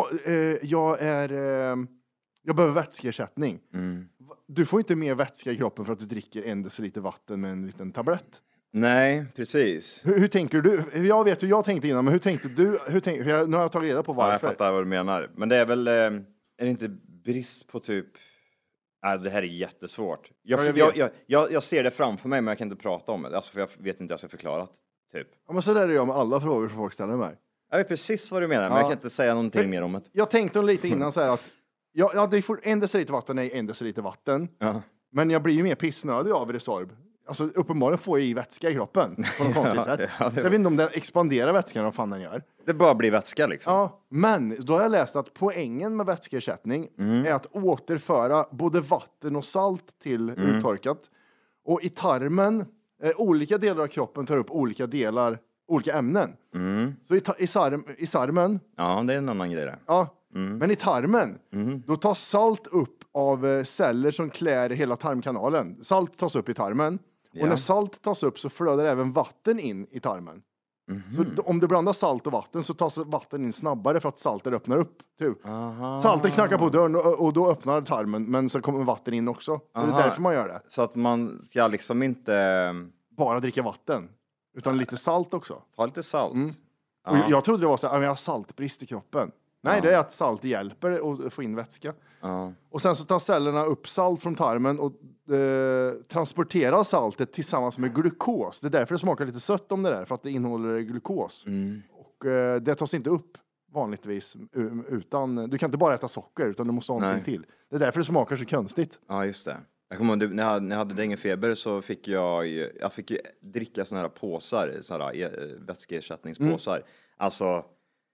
Jag behöver vätskeersättning. Du får inte mer vätska i kroppen för att du dricker 1 deciliter vatten med en liten tablett. Nej, precis. Hur tänker du? Jag vet hur jag tänkte innan, men hur tänkte du? Nu har jag tagit reda på varför. Ja, jag fattar vad du menar. Men det är väl, är det inte brist på typ... Det här är jättesvårt. Jag ser det framför mig, men jag kan inte prata om det. Alltså, för jag vet inte hur jag ska förklara typ. Ja, men så där är jag med alla frågor som folk ställer mig. Jag vet precis vad du menar, men jag kan inte säga någonting mer om det. Jag tänkte lite innan så här att det får 1 deciliter vatten är 1 deciliter vatten. Ja. Men jag blir ju mer pissnödig av Resorb. Alltså uppenbarligen får jag i vätska i kroppen på något konstigt sätt. Så jag vet inte om den expanderar vätskan, vad fan den gör. Det bara blir vätska liksom. Ja, men då har jag läst att poängen med vätskeersättning är att återföra både vatten och salt till uttorkat. Och i tarmen, olika delar av kroppen tar upp olika ämnen. Så i sarmen. Ja, det är en annan grej där. Ja, men i tarmen, då tas salt upp av celler som klär hela tarmkanalen. Salt tas upp i tarmen. Och när salt tas upp så flödar även vatten in i tarmen. Så om du blandar salt och vatten så tas vatten in snabbare för att saltet öppnar upp. Typ. Saltet knackar på dörren och då öppnar tarmen, men så kommer vatten in också. Så det är därför man gör det. Så att man ska liksom inte... bara dricka vatten, utan lite salt också. Ta lite salt. Och jag trodde det var så här, jag har saltbrist i kroppen. Nej, det är att salt hjälper att få in vätska. Och sen så tar cellerna upp salt från tarmen och transporterar saltet tillsammans med glukos. Det är därför det smakar lite sött om det där, för att det innehåller glukos. Och det tas inte upp vanligtvis utan, du kan inte bara äta socker utan du måste ha någonting till. Det är därför det smakar så konstigt. Ja, just det. Jag kommer ihåg, när jag hade denguefeber så fick jag fick dricka såna här påsar, såna här vätskeersättningspåsar. Alltså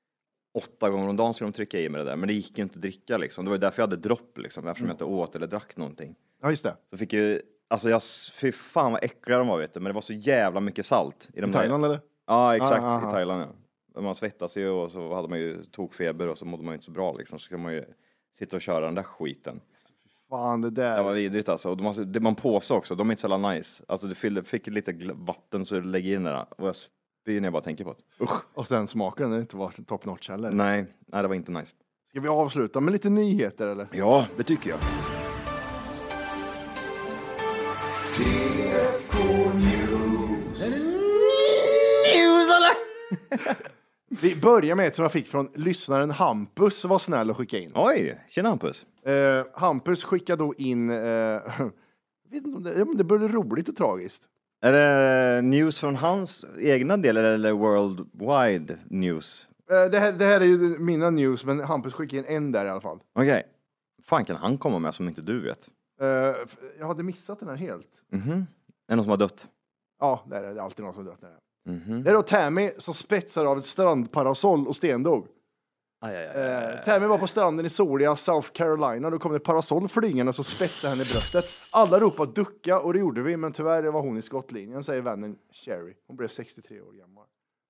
8 gånger om dagen skulle de trycka i mig det där. Men det gick ju inte att dricka liksom. Det var därför jag hade dropp liksom. Eftersom jag inte åt eller drack någonting. Ja, just det. Så fick ju... Alltså fy fan vad äckliga de var, vet du. Men det var så jävla mycket salt. I Thailand eller? Ja, exakt. I Thailand, ja. Man svettas ju och så hade man ju tokfeber och så mådde man ju inte så bra liksom. Så ska man ju sitta och köra den där skiten. Fan, det där. Det var vidrigt alltså. Och det man påsar också, de är inte så nice. Alltså du fick lite vatten så du lägger in det där. Och jag spyr när jag bara tänker på det. Usch. Och den smaken har inte varit top notch heller. Nej, det var inte nice. Ska vi avsluta med lite nyheter eller? Ja, det tycker jag. Vi börjar med ett som jag fick från lyssnaren Hampus. Var snäll och skicka in. Oj, tjena Hampus. Hampus skickade då in... vet inte om det började roligt och tragiskt. Är det news från hans egna del eller worldwide news? Det här är ju mina news, men Hampus skickade in en där i alla fall. Okej. Fan kan han komma med som inte du vet? Jag hade missat den här helt. Mhm. Är det någon som har dött? Ja, det är alltid någon som har dött. Det är då Tammy som spetsar av ett strandparasoll och stendog. Tammy var på stranden i soliga South Carolina. Då kom det ett parasoll flygande och så spetsade henne i bröstet. Alla ropade ducka och det gjorde vi, men tyvärr var hon i skottlinjen, säger vännen Sherry. Hon blev 63 år gammal.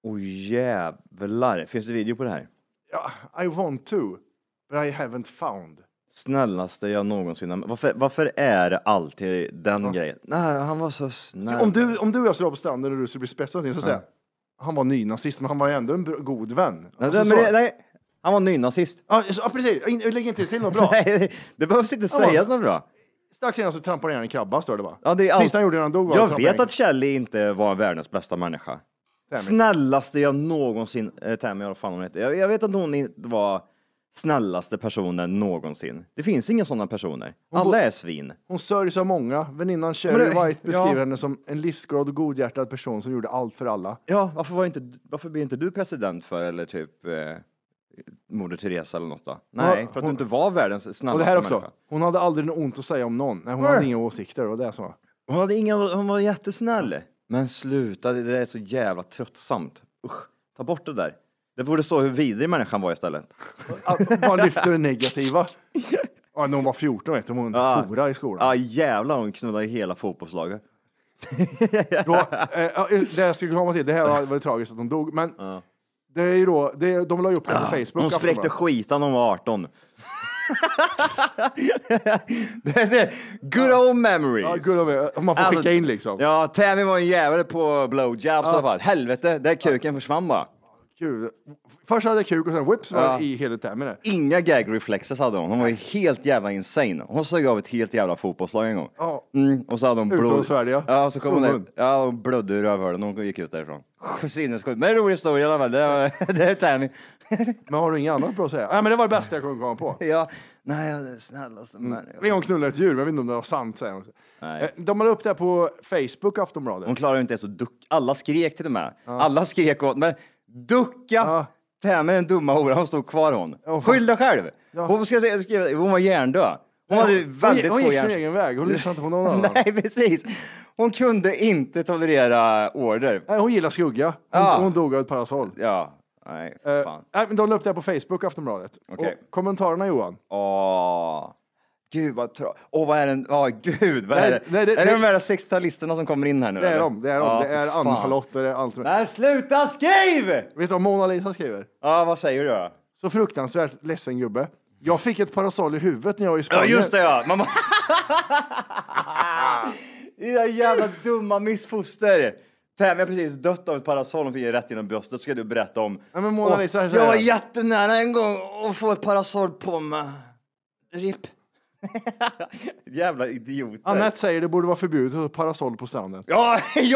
Jävlar. Finns det video på det här? Ja, I want to, but I haven't found. Snällaste jag någonsin. Varför är det alltid den grejen? Nej, han var så snäll. Om du och jag skulle vara på stranden och du skulle bli spetsad så säger han var nynazist, men han var ju ändå en god vän. Nej, han var nynazist. Ja, precis. Lägg inte till något bra. Nej, det behövs inte sägas något bra. Strax innan så trampade han en krabba, står det bara. Ja, Sista han gjorde när han dog var jag vet att Kelly inte var världens bästa människa. Tammy. Snällaste jag någonsin... Tammy, vad fan hon heter. Jag vet att hon inte var snällaste personen någonsin. Det finns inga sådana personer. Alla är svin. Hon sörjs av många. Väninnan Sherry White beskriver henne som en livsglad och godhjärtad person som gjorde allt för alla. Ja, varför blir inte du president för eller typ Moder Teresa eller något då? Nej, för att du inte var världens snällaste och det här också. människa. Hon hade aldrig något ont att säga om någon. Nej, hon hade inga åsikter och det är så. Hon var jättesnäll. Men sluta, det är så jävla tröttsamt. Usch, ta bort det där. Det borde stå hur vidrig människan var istället. Bara lyfter det negativa. Ja, när hon var 14 vet hon var en hora i skolan. Ja, jävlar, hon knullade i hela fotbollslaget. Det jag skulle komma till, det här var tragiskt att hon dog. Men det är ju då, de la ju upp det på Facebook. Hon spräckte skitan när hon var 18. Det är good old memories. Ja, good old, man får skicka in liksom. Ja, Tammy var en jävel på blowjobs i alla fall. Helvete, där kuken försvann bara. Gud. Först hade jag kuk och sen whips var i hela Tammy. Inga gag reflexes hade hon. Hon var ju helt jävla insane. Hon såg av ett helt jävla fotbollslag en gång. Och så hade hon blod. Ja, så kom hon där. Hon blödde ur rövhålen och hon gick ut därifrån. Sinnessjukt. Men en rolig historia i alla fall. Det är Tammy. Men har du inget annat bra att säga? Nej, men det var det bästa jag kunde komma på. Ja. Nej, det är snällaste människa. En gång knullade ett djur, men jag vet inte om det var sant, säger hon. Nej. De hade upp det här på Facebook, Aftonbladet. Hon klarar inte ens att alla skrek till och med. Alla skrek åt, men ducka! Tammy den dumma hora, hon stod kvar hon. Skyll dig själv! Hon var hjärndöd. Hon hade väldigt hon gick sin egen väg, hon lyssnade inte på någon annan. Nej, precis. Hon kunde inte tolerera order. Nej, hon gillar skugga. Hon dog av ett parasoll. Ja. Nej, fan. Men de la upp det här på Facebook, Aftonbladet. Okay. Och kommentarerna, Johan. Gud vad vad är den? Gud, vad är det? Är det de här 60-talisterna som kommer in här nu? Det är de. Det är Ann-Charlotte och det är allt. Nej, sluta skriv! Vet du vad Mona Lisa skriver? Ja, vad säger du då? Så fruktansvärt ledsen gubbe. Jag fick ett parasoll i huvudet när jag var i Spanien. Ja, just det, ja. Mamma. Det jävla dumma missfoster. Jag har precis dött av ett parasoll och fick rätt genom bröstet. Ska du berätta om. Ja, men Mona Lisa, jag var jättenära en gång att få ett parasoll på mig. RIP. Jävla idioter. Annette säger det borde vara förbjudet att parasoll på stranden. Ja.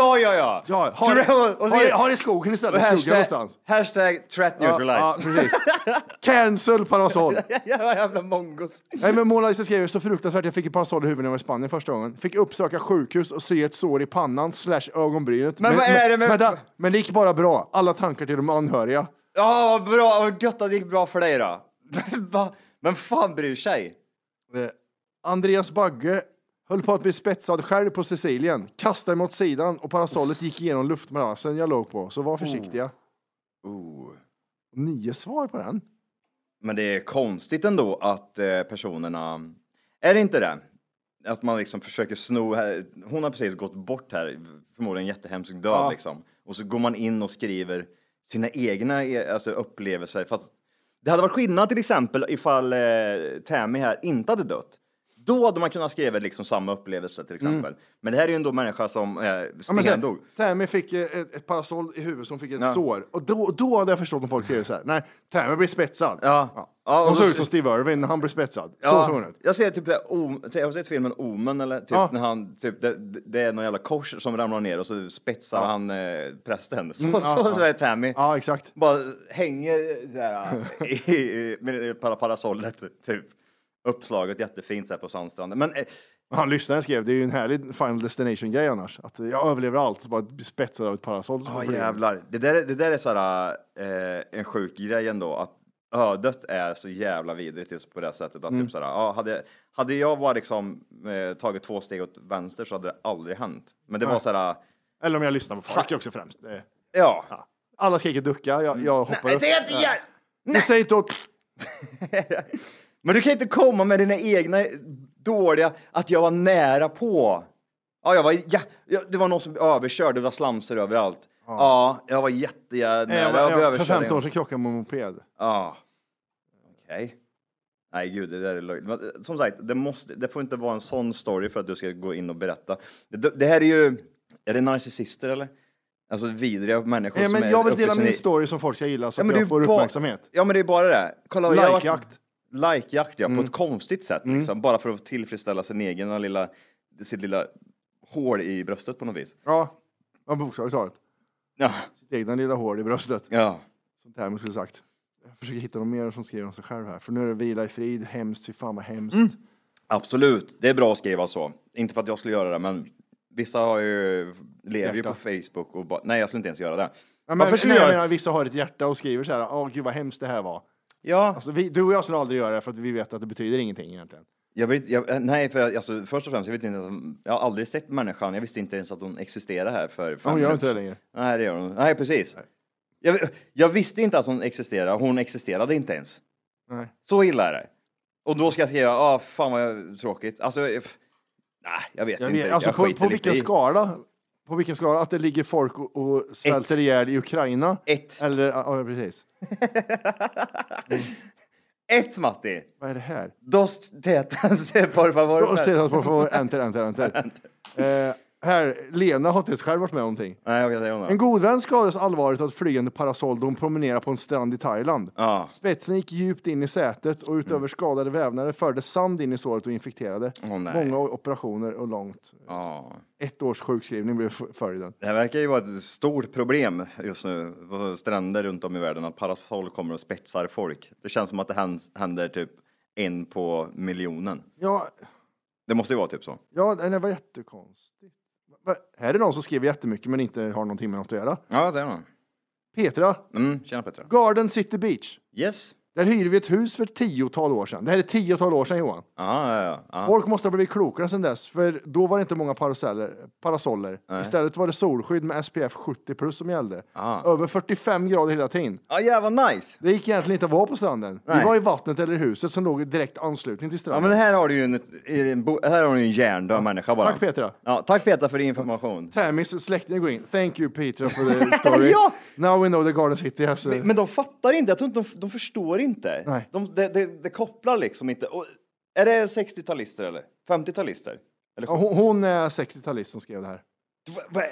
Har i skogen istället. Hashtag threat neutralized. Ja, precis. Cancel parasoll. Jävla mongos. Nej, men Mona Lisa skriver så fruktansvärt. Jag fick ett parasoll i huvudet när jag var i Spanien första gången. Fick uppsöka sjukhus och sy ett sår i pannan / ögonbrynet. Men vad är det med... Men det gick bara bra. Alla tankar till de anhöriga. Ja, vad bra. Vad gött att det gick bra för dig då. Men fan bryr sig? Andreas Bagge höll på att bli spetsad själv på Sicilien. Kastade mot sidan och parasollet gick igenom luftmadrassen jag låg på. Så var försiktiga. 9 svar på den. Men det är konstigt ändå att personerna... Är det inte det? Att man liksom försöker sno... Hon har precis gått bort här. Förmodligen jättehemskt död liksom. Och så går man in och skriver sina egna alltså, upplevelser. Fast det hade varit skillnad till exempel ifall Tammy här inte hade dött. Då hade man kunnat skriva liksom samma upplevelse till exempel. Men det här är ju ändå människa som stendog. Tammy fick ett parasoll i huvudet som fick ett sår. Och då hade jag förstått om folk skrev så här. Nej, Tammy blir spetsad. Hon såg ut som Steve Irwin när han blir spetsad. Så såg hon ut. Jag ser typ jag har sett filmen Omen eller typ när han typ det är någon jävla kors som ramlar ner och så spetsar han prästen. Så är Tammy. Ja, exakt. Bara hänger där med parasollet typ. Uppslaget jättefint så här på sandstranden. Men han lyssnaren skrev, det är ju en härlig Final Destination-grej annars. Att jag överlever allt, så bara bli spetsad av ett parasoll. Jävlar. Det där är så här en sjuk grej ändå. Att ödet är så jävla vidrigt just på det sättet. Att typ så här, hade jag varit liksom tagit 2 steg åt vänster så hade det aldrig hänt. Men det var så här... Eller om jag lyssnar på folk också främst. Ja. Alla skriker ducka, jag hoppar upp. Det är inte gör! Du säger inte åt... Men du kan inte komma med dina egna dåliga, att jag var nära på. Det var någon som överkörde, det var slamser överallt. Jag var jättenära. För 15 år sedan krockade med moped. Okej. Nej gud, det där är löjligt. Som sagt, det får inte vara en sån story för att du ska gå in och berätta. Det här är det narcissister eller? Alltså vidriga människor som men jag vill dela min story som folk ska gilla så att jag får uppmärksamhet. Ja men det är bara det. Kolla, Like-jakt. Like-jakt, på ett konstigt sätt liksom. Bara för att tillfredsställa sin egen sitt lilla hål i bröstet på något vis. Ja, bokstavligt talat. Ja. Sitt egna lilla hål i bröstet. Ja. Som Termo skulle sagt. Jag försöker hitta någon mer som skriver om sig själv här. För nu är det vila i frid, hemskt, fy fan vad hemskt. Absolut, det är bra att skriva så. Inte för att jag skulle göra det, men vissa lever ju på Facebook och nej, jag skulle inte ens göra det. Ja, men jag menar, vissa har ett hjärta och skriver så här, gud vad hemskt det här var. Ja. Alltså, du och jag skulle aldrig göra det för att vi vet att det betyder ingenting egentligen. Först och främst, jag har aldrig sett människan, jag visste inte ens att hon existerar här för hon gör inte det längre. Nej, det gör hon. Nej, precis. Nej. Jag visste inte att hon existerade inte ens. Nej. Så illa är det. Och då ska jag skriva, fan vad tråkigt. Alltså, jag vet inte. Alltså, på vilken skala? På vilken skala? Att det ligger folk och svälter ihjäl i Ukraina? 1. Eller, ja, precis. 1, Matti. Vad är det här? Dos tetas, por favor. Dos tetas, por favor. Enter. Här, Lena har inte själv varit med om någonting. Nej, jag kan säga en god vän skadades allvarligt av ett flygande parasoll då hon promenerade på en strand i Thailand. Spetsen gick djupt in i sätet och utöver skadade vävnader förde sand in i såret och infekterade. Många operationer och långt. 1 års sjukskrivning blev följden. Det här verkar ju vara ett stort problem just nu på stränder runt om i världen att parasoll kommer och spetsar folk. Det känns som att det händer typ 1 på miljonen. Ja. Det måste ju vara typ så. Ja, det var jättekonstigt. Här är det någon som skriver jättemycket men inte har någonting med något att göra. Ja, det är någon. Petra. Tjena Petra. Garden City Beach. Yes. Där hyrde vi ett hus för 10-tal år sedan. Det här är 10-tal år sedan, Johan. Ja. Folk måste ha blivit klokare sedan dess. För då var det inte många parasoller. Nej. Istället var det solskydd med SPF 70+ som gällde. Över 45 grader hela tiden. Ja, jävla nice. Det gick egentligen inte att vara på stranden. Nej. Vi var i vattnet eller i huset som låg i direkt anslutning till stranden. Ja, men här har du ju en hjärndöd människa bara. Tack Petra. Ja, tack Petra för information. Tammys släkting går in. Thank you Petra for the story. Ja. Now we know the Garden City has Men de fattar inte. Jag tror inte de förstår inte. Nej. Det kopplar liksom inte. Och är det 60-talister eller 50-talister? Eller hon är 60-talist som skrev det här. Vad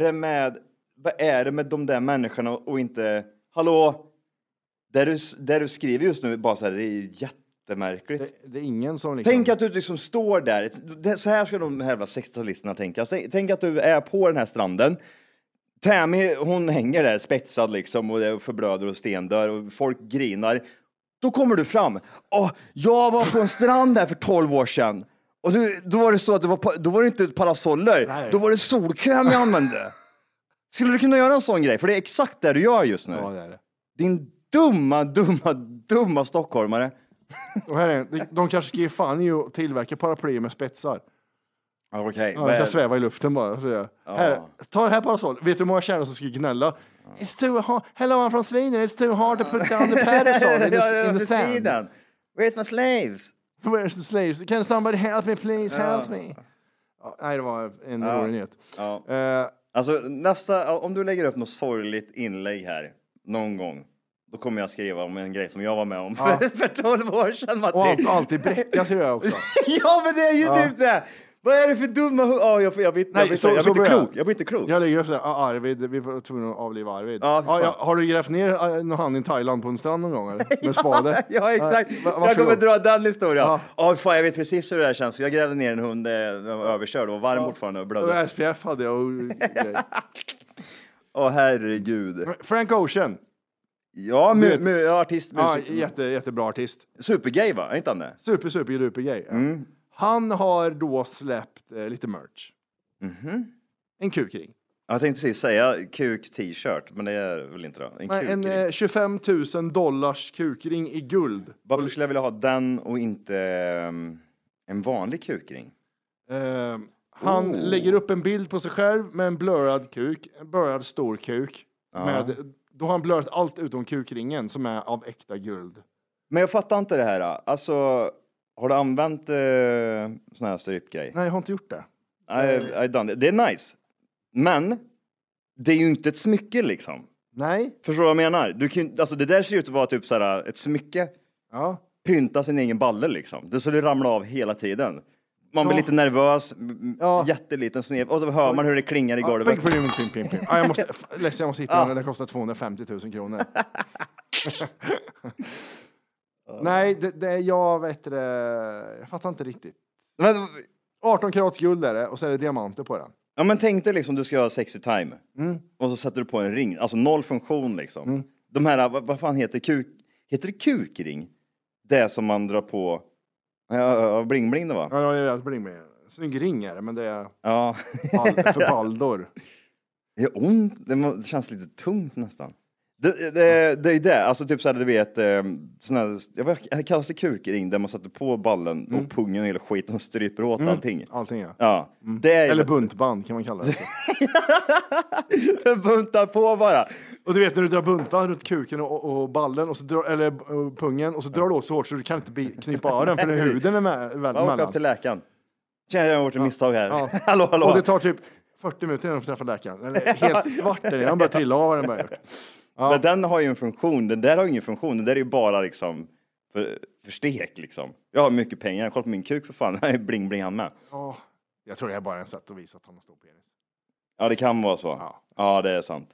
är det med de där människorna och inte... Hallå? Där du skriver just nu bara så här, det är jättemärkligt. Det är ingen som liksom... Tänk att du liksom står där. Så här ska de här 60-talisterna tänka. Tänk att du är på den här stranden. Tammy, hon hänger där spetsad liksom och det förblöder och stendör och folk grinar. Då kommer du fram. Jag var på en strand där för 12 år sedan. Och då var det så att då var det inte parasoller. Nej. Då var det solkräm jag använde. Skulle du kunna göra en sån grej? För det är exakt det du gör just nu. Ja, det är det. Din dumma stockholmare. Och här är de kanske ska ge fan i att tillverka paraplyer med spetsar. Okej. Jag ska sväva i luften bara. Så här, ta det här parasoll. Vet du hur många kärnor som ska gnälla? It's too hard. Hello, I'm from Sweden. It's too hard to put down the parasol in the sand. Where's my slaves? Where's the slaves? Can somebody help me, please? Help me. Nej, det var en rolig nyhet. Alltså, om du lägger upp något sorgligt inlägg här någon gång, då kommer jag skriva om en grej som jag var med om för 12 år sedan, Matti. Och alltid bräcka sig jag också. Ja, men det är ju typ det. Vad är det för dumma... jag blir inte klok. Jag ligger efter Arvid, vi var tvungna att avliva Arvid. Har du grävt ner någon hand i Thailand på en strand någon gång eller? Med spade? Ja, exakt. Jag kommer dra den historien. Fan, jag vet precis hur det här känns. För jag grävde ner en hund, överkörd och varm fortfarande och blödde. Och SPF hade jag. Herregud. Frank Ocean. Ja, artist. Jättebra artist. Supergay, va? Är inte han det? Supergay. Ja. Han har då släppt lite merch. En kukring. Jag tänkte precis säga kuk-t-shirt, men det är väl inte då. En $25,000 kukring i guld. Varför skulle jag vilja ha den och inte en vanlig kukring? Han lägger upp en bild på sig själv med en blurrad kuk. En blurrad stor kuk. Då har han blurrat allt utom kukringen som är av äkta guld. Men jag fattar inte det här. Alltså... Har du använt sån här stripgrej? Nej, jag har inte gjort det. Det är nice. Men det är ju inte ett smycke liksom. Nej. Förstår du vad jag menar? Alltså det där ser ut att vara typ såhär, ett smycke. Ja. Pynta sin egen balle liksom. Det så det ramlar av hela tiden. Man blir lite nervös. Jätteliten sned. Och så hör man hur det klingar i golvet. Jag måste hitta den. Det kostar 250 000 kronor. Nej, jag fattar inte riktigt. 18 karats guld är det, och så är det diamanter på den. Ja, men tänk dig liksom, du ska ha sexy time. Och så sätter du på en ring. Alltså noll funktion liksom. De här, vad fan heter det kukring? Det som man drar på. Bling-bling det va? Ja, det är bling-bling. Snygg ring är det, men det är för baldor. Det är ont. Det känns lite tungt nästan. Det är det, alltså typ såhär, du vet, sån här, jag kallas det kukring, där man sätter på ballen och pungen och hela skiten och stryper åt allting. Allting, ja. Det är eller buntband kan man kalla det. Buntar på bara. Och du vet när du drar buntband runt kuken och ballen och så eller pungen och så drar du åt så hårt så du kan inte knipa av den för huden är mellan. Jag åker upp till läkaren. Känner jag har gjort ett misstag här. Ja. hallå. Och det tar typ 40 minuter innan du träffar läkaren. Eller helt svart är det. Han bara trilla av den bara. Ja. Men den har ju en funktion. Den där har ingen funktion. Den där är ju bara liksom för stek liksom. Jag har mycket pengar. Kolla på min kuk för fan. Jag är bling han med. Jag tror det är bara en sätt att visa att han har stor penis. Ja, det kan vara så. Ja, det är sant.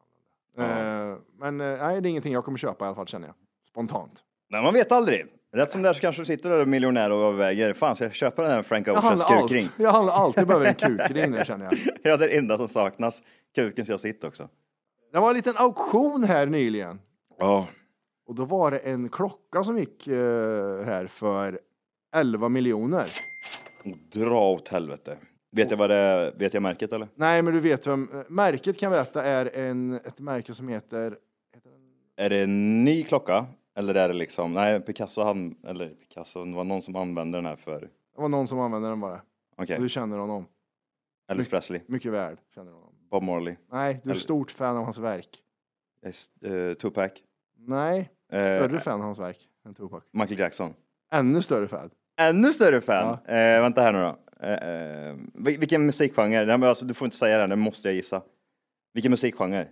Men nej, det är ingenting jag kommer köpa i alla fall, känner jag. Spontant. Nej, man vet aldrig. Rätt som där så kanske du sitter miljonär och överväger. Fan, ska jag köpa den här Frank Oceans kukring? Jag handlar alltid behöver en kukring nu, känner jag. Ja, det är det enda som saknas. Kuken ska jag sitta också. Det var en liten auktion här nyligen. Ja. Och då var det en klocka som gick här för 11 miljoner. Dra åt helvete. Vet jag märket eller? Nej, men du vet vem. Märket kan veta är ett märke som heter... Är det en ny klocka? Eller är det liksom... Nej, Picasso, det var någon som använde den här för... Det var någon som använde den bara. Okej. Du känner honom. Elvis Presley. Mycket väl känner honom. Bob Marley. Nej, du är stort fan av hans verk. Tupac. Nej, större fan av hans verk än Tupac. Michael Jackson. Ännu större fan. Ännu större fan? Ja. Vänta här nu då. Vilken musikgenre? Alltså, du får inte säga det måste jag gissa. Vilken musikgenre?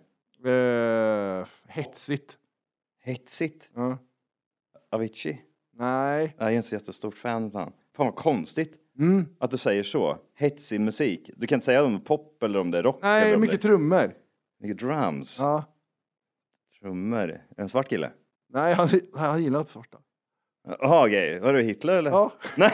Hetsigt. Hetsigt? Ja. Avicii? Nej. Jag är inte så jättestort fan. Fan vad konstigt att du säger så. Hetsig musik. Du kan inte säga om det är pop eller om det är rock. Nej, eller mycket trummor. Mycket drums. Ja. Trummor. En svart kille? Nej, han gillar inte svarta. Jaha, okej. Var du Hitler eller? Ja. Nej.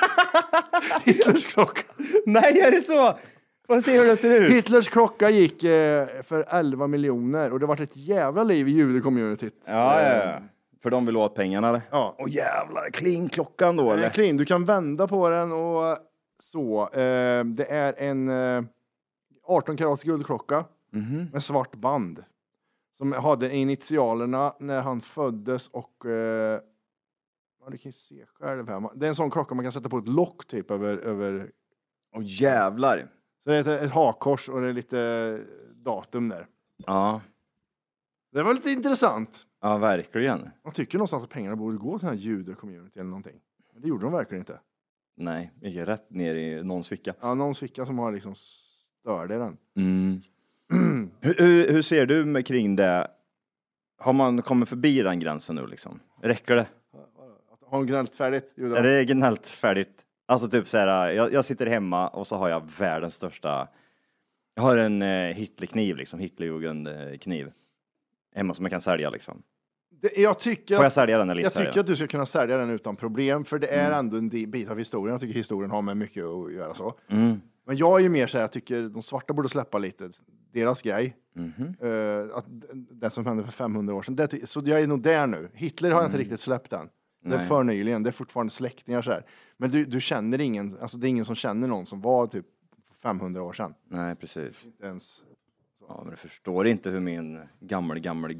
Hitlers klocka. Nej, är det så? Får se hur det ser ut. Hitlers klocka gick för 11 miljoner och det var ett jävla liv i jude-communityt. Ja. För de vill åt pengarna eller? Ja. Åh jävlar, clean klockan då eller? Clean, du kan vända på den och så. Det är en 18 karats guldklocka med svart band. Som hade initialerna när han föddes och... du kan ju se själv här. Det är en sån klocka man kan sätta på ett lock typ över... Åh jävlar. Så det är ett hakkors och det är lite datum där. Ja. Det var lite intressant. Ja, verkligen. Man tycker någonstans att pengarna borde gå till den här jude-community eller någonting. Men det gjorde de verkligen inte. Nej, gick rätt ner i någons ficka. Ja, någons ficka som har liksom störde den. Hur ser du kring det? Har man kommit förbi den gränsen nu liksom? Räcker det? Har hon gnällt färdigt? Är det gnällt färdigt? Alltså typ så här, jag sitter hemma och så har jag världens största... Jag har en Hitlerkniv liksom, Hitlerjugend-kniv. Hemma som jag kan sälja liksom. Får jag sälja den eller inte? Jag tycker att du ska kunna sälja den utan problem. För det är ändå en bit av historien. Jag tycker historien har med mycket att göra så. Men jag är ju mer så här, jag tycker de svarta borde släppa lite deras grej. Att det som hände för 500 år sedan. Så jag är nog där nu. Hitler har jag inte riktigt släppt än. Det är för nyligen. Det är fortfarande släktingar så här. Men du känner ingen, alltså det är ingen som känner någon som var typ 500 år sedan. Nej, precis. Inte ens. Ja, men du förstår inte hur min gammal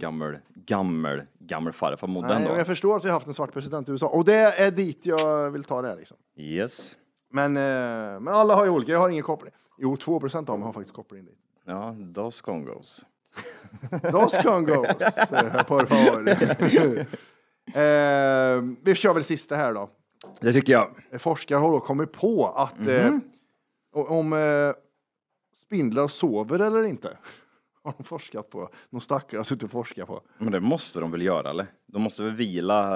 farfar mådde ändå. Jag förstår att vi har haft en svart president i USA. Och det är dit jag vill ta det liksom. Yes. Men alla har ju olika. Jag har ingen koppling. Jo, 2% av dem har faktiskt koppling dit. Ja, dos Congos. Dos Congos. Por favor. Vi kör väl sista här då. Det tycker jag. Forskare har då kommit på att om spindlar sover eller inte. Har de forskat på. De stackare har suttit och forskat på. Men det måste de väl göra, eller? De måste väl vila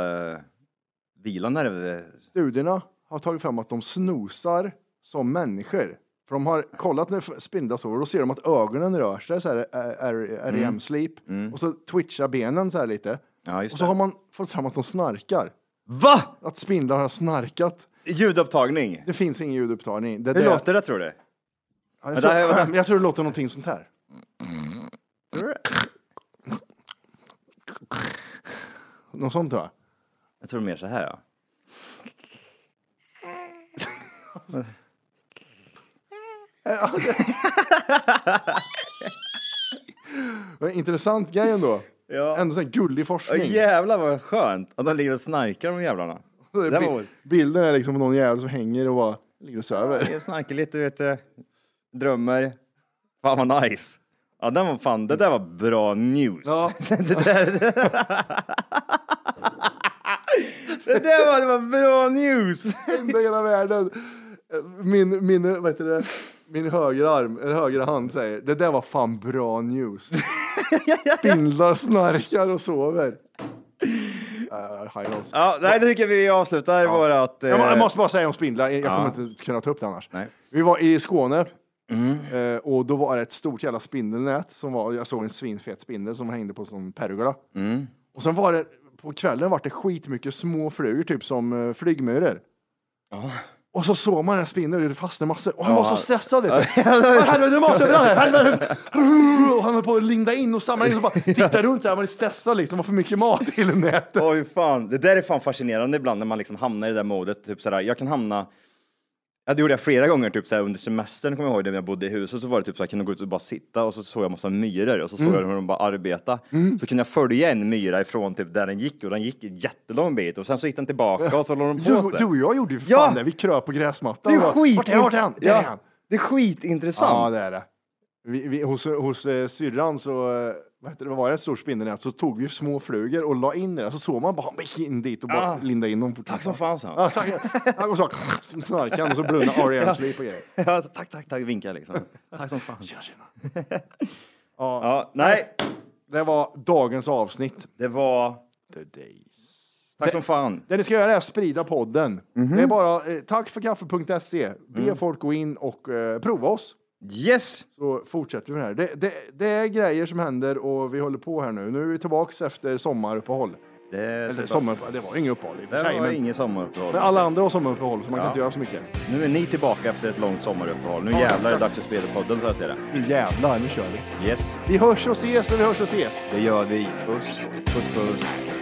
när Studierna har tagit fram att de snosar som människor. För de har kollat när spindlar sover. Då ser de att ögonen rör sig så här REM-sleep. Och så twitchar benen så här lite. Ja, just och så har man fått fram att de snarkar. Va? Att spindlar har snarkat. Ljudupptagning? Det finns ingen ljudupptagning. Hur låter det, tror du? Jag tror det låter någonting sånt här. Något sånt tror jag. Jag tror mer så här, ja. Intressant grej ändå. Ja. Ändå sån gullig forskning. Jävlar vad skönt att de ligger och snarkar, de jävlarna. Bilden är liksom någon jävel som hänger och bara ligger och söver. Jag snackar lite, vet du. Drömmer. Fan vad nice. Ja, det där var bra news. Ja. det var bra news. Ända hela världen. Min högra hand säger, det där var fan bra news. Spindlar snarkar och sover. Ja, nej, det tycker vi avslutar vårat... Jag måste bara säga om spindlar. Jag kommer inte kunna ta upp det annars. Nej. Vi var i Skåne. Och då var det ett stort jävla spindelnät som var, jag såg en svinfet spindel som hängde på en pergola. Och sen var det på kvällen var det skitmycket små flugor typ som flygmyror. Och så såg man den här spindeln och det fastnade massor. Och han var så stressad, vet du. Här var det mat överallt. Och han var på att linda in och samla in och bara titta runt där. Man är stressad liksom. Det var för mycket mat i nätet. Oj fan, det där är fan fascinerande ibland när man liksom hamnar i det där modet. Typ sådär, jag kan hamna... Ja, det gjorde jag flera gånger typ såhär under semestern, kommer jag ihåg det, när jag bodde i huset, så var det typ såhär, jag kunde gå ut och bara sitta och så såg jag massa myror och så såg jag hur de bara arbetade. Så kunde jag följa en myra ifrån typ där den gick, och den gick en jättelång bit och sen så gick den tillbaka och så låg de på sig. Du och jag gjorde ju för fan det, vi kröp på gräsmattan. Det är skitintressant. Det är skitintressant. Ja, det är det. Vi, hos syrran så vad var det, ett stort spindelnät, så tog vi små flugor och la in det. Så såg man bara in dit och bara linda in dem. Tack som fan, så. Ja, tack. Och så snarkan och så brunna REM-sleep på grejer. Ja, tack, vinkar liksom. Tack som fan. Tjena. Ja, nej. Det var dagens avsnitt. Det var The Days. Tack som fan. Det ni ska göra är att sprida podden. Det är bara tackforkaffe.se. Be folk gå in och prova oss. Yes! Så fortsätter vi här. Det är grejer som händer och vi håller på här nu. Nu är vi tillbaka efter sommaruppehåll. Det var inget uppehåll i och för sig. Det var inget sommaruppehåll. Men alla andra har sommaruppehåll så man kan inte göra så mycket. Nu är ni tillbaka efter ett långt sommaruppehåll. Nu jävlar är det dags att spela podden, så att det är det. Nu jävlar, nu kör vi. Yes. Vi hörs och ses. Det gör vi. Puss.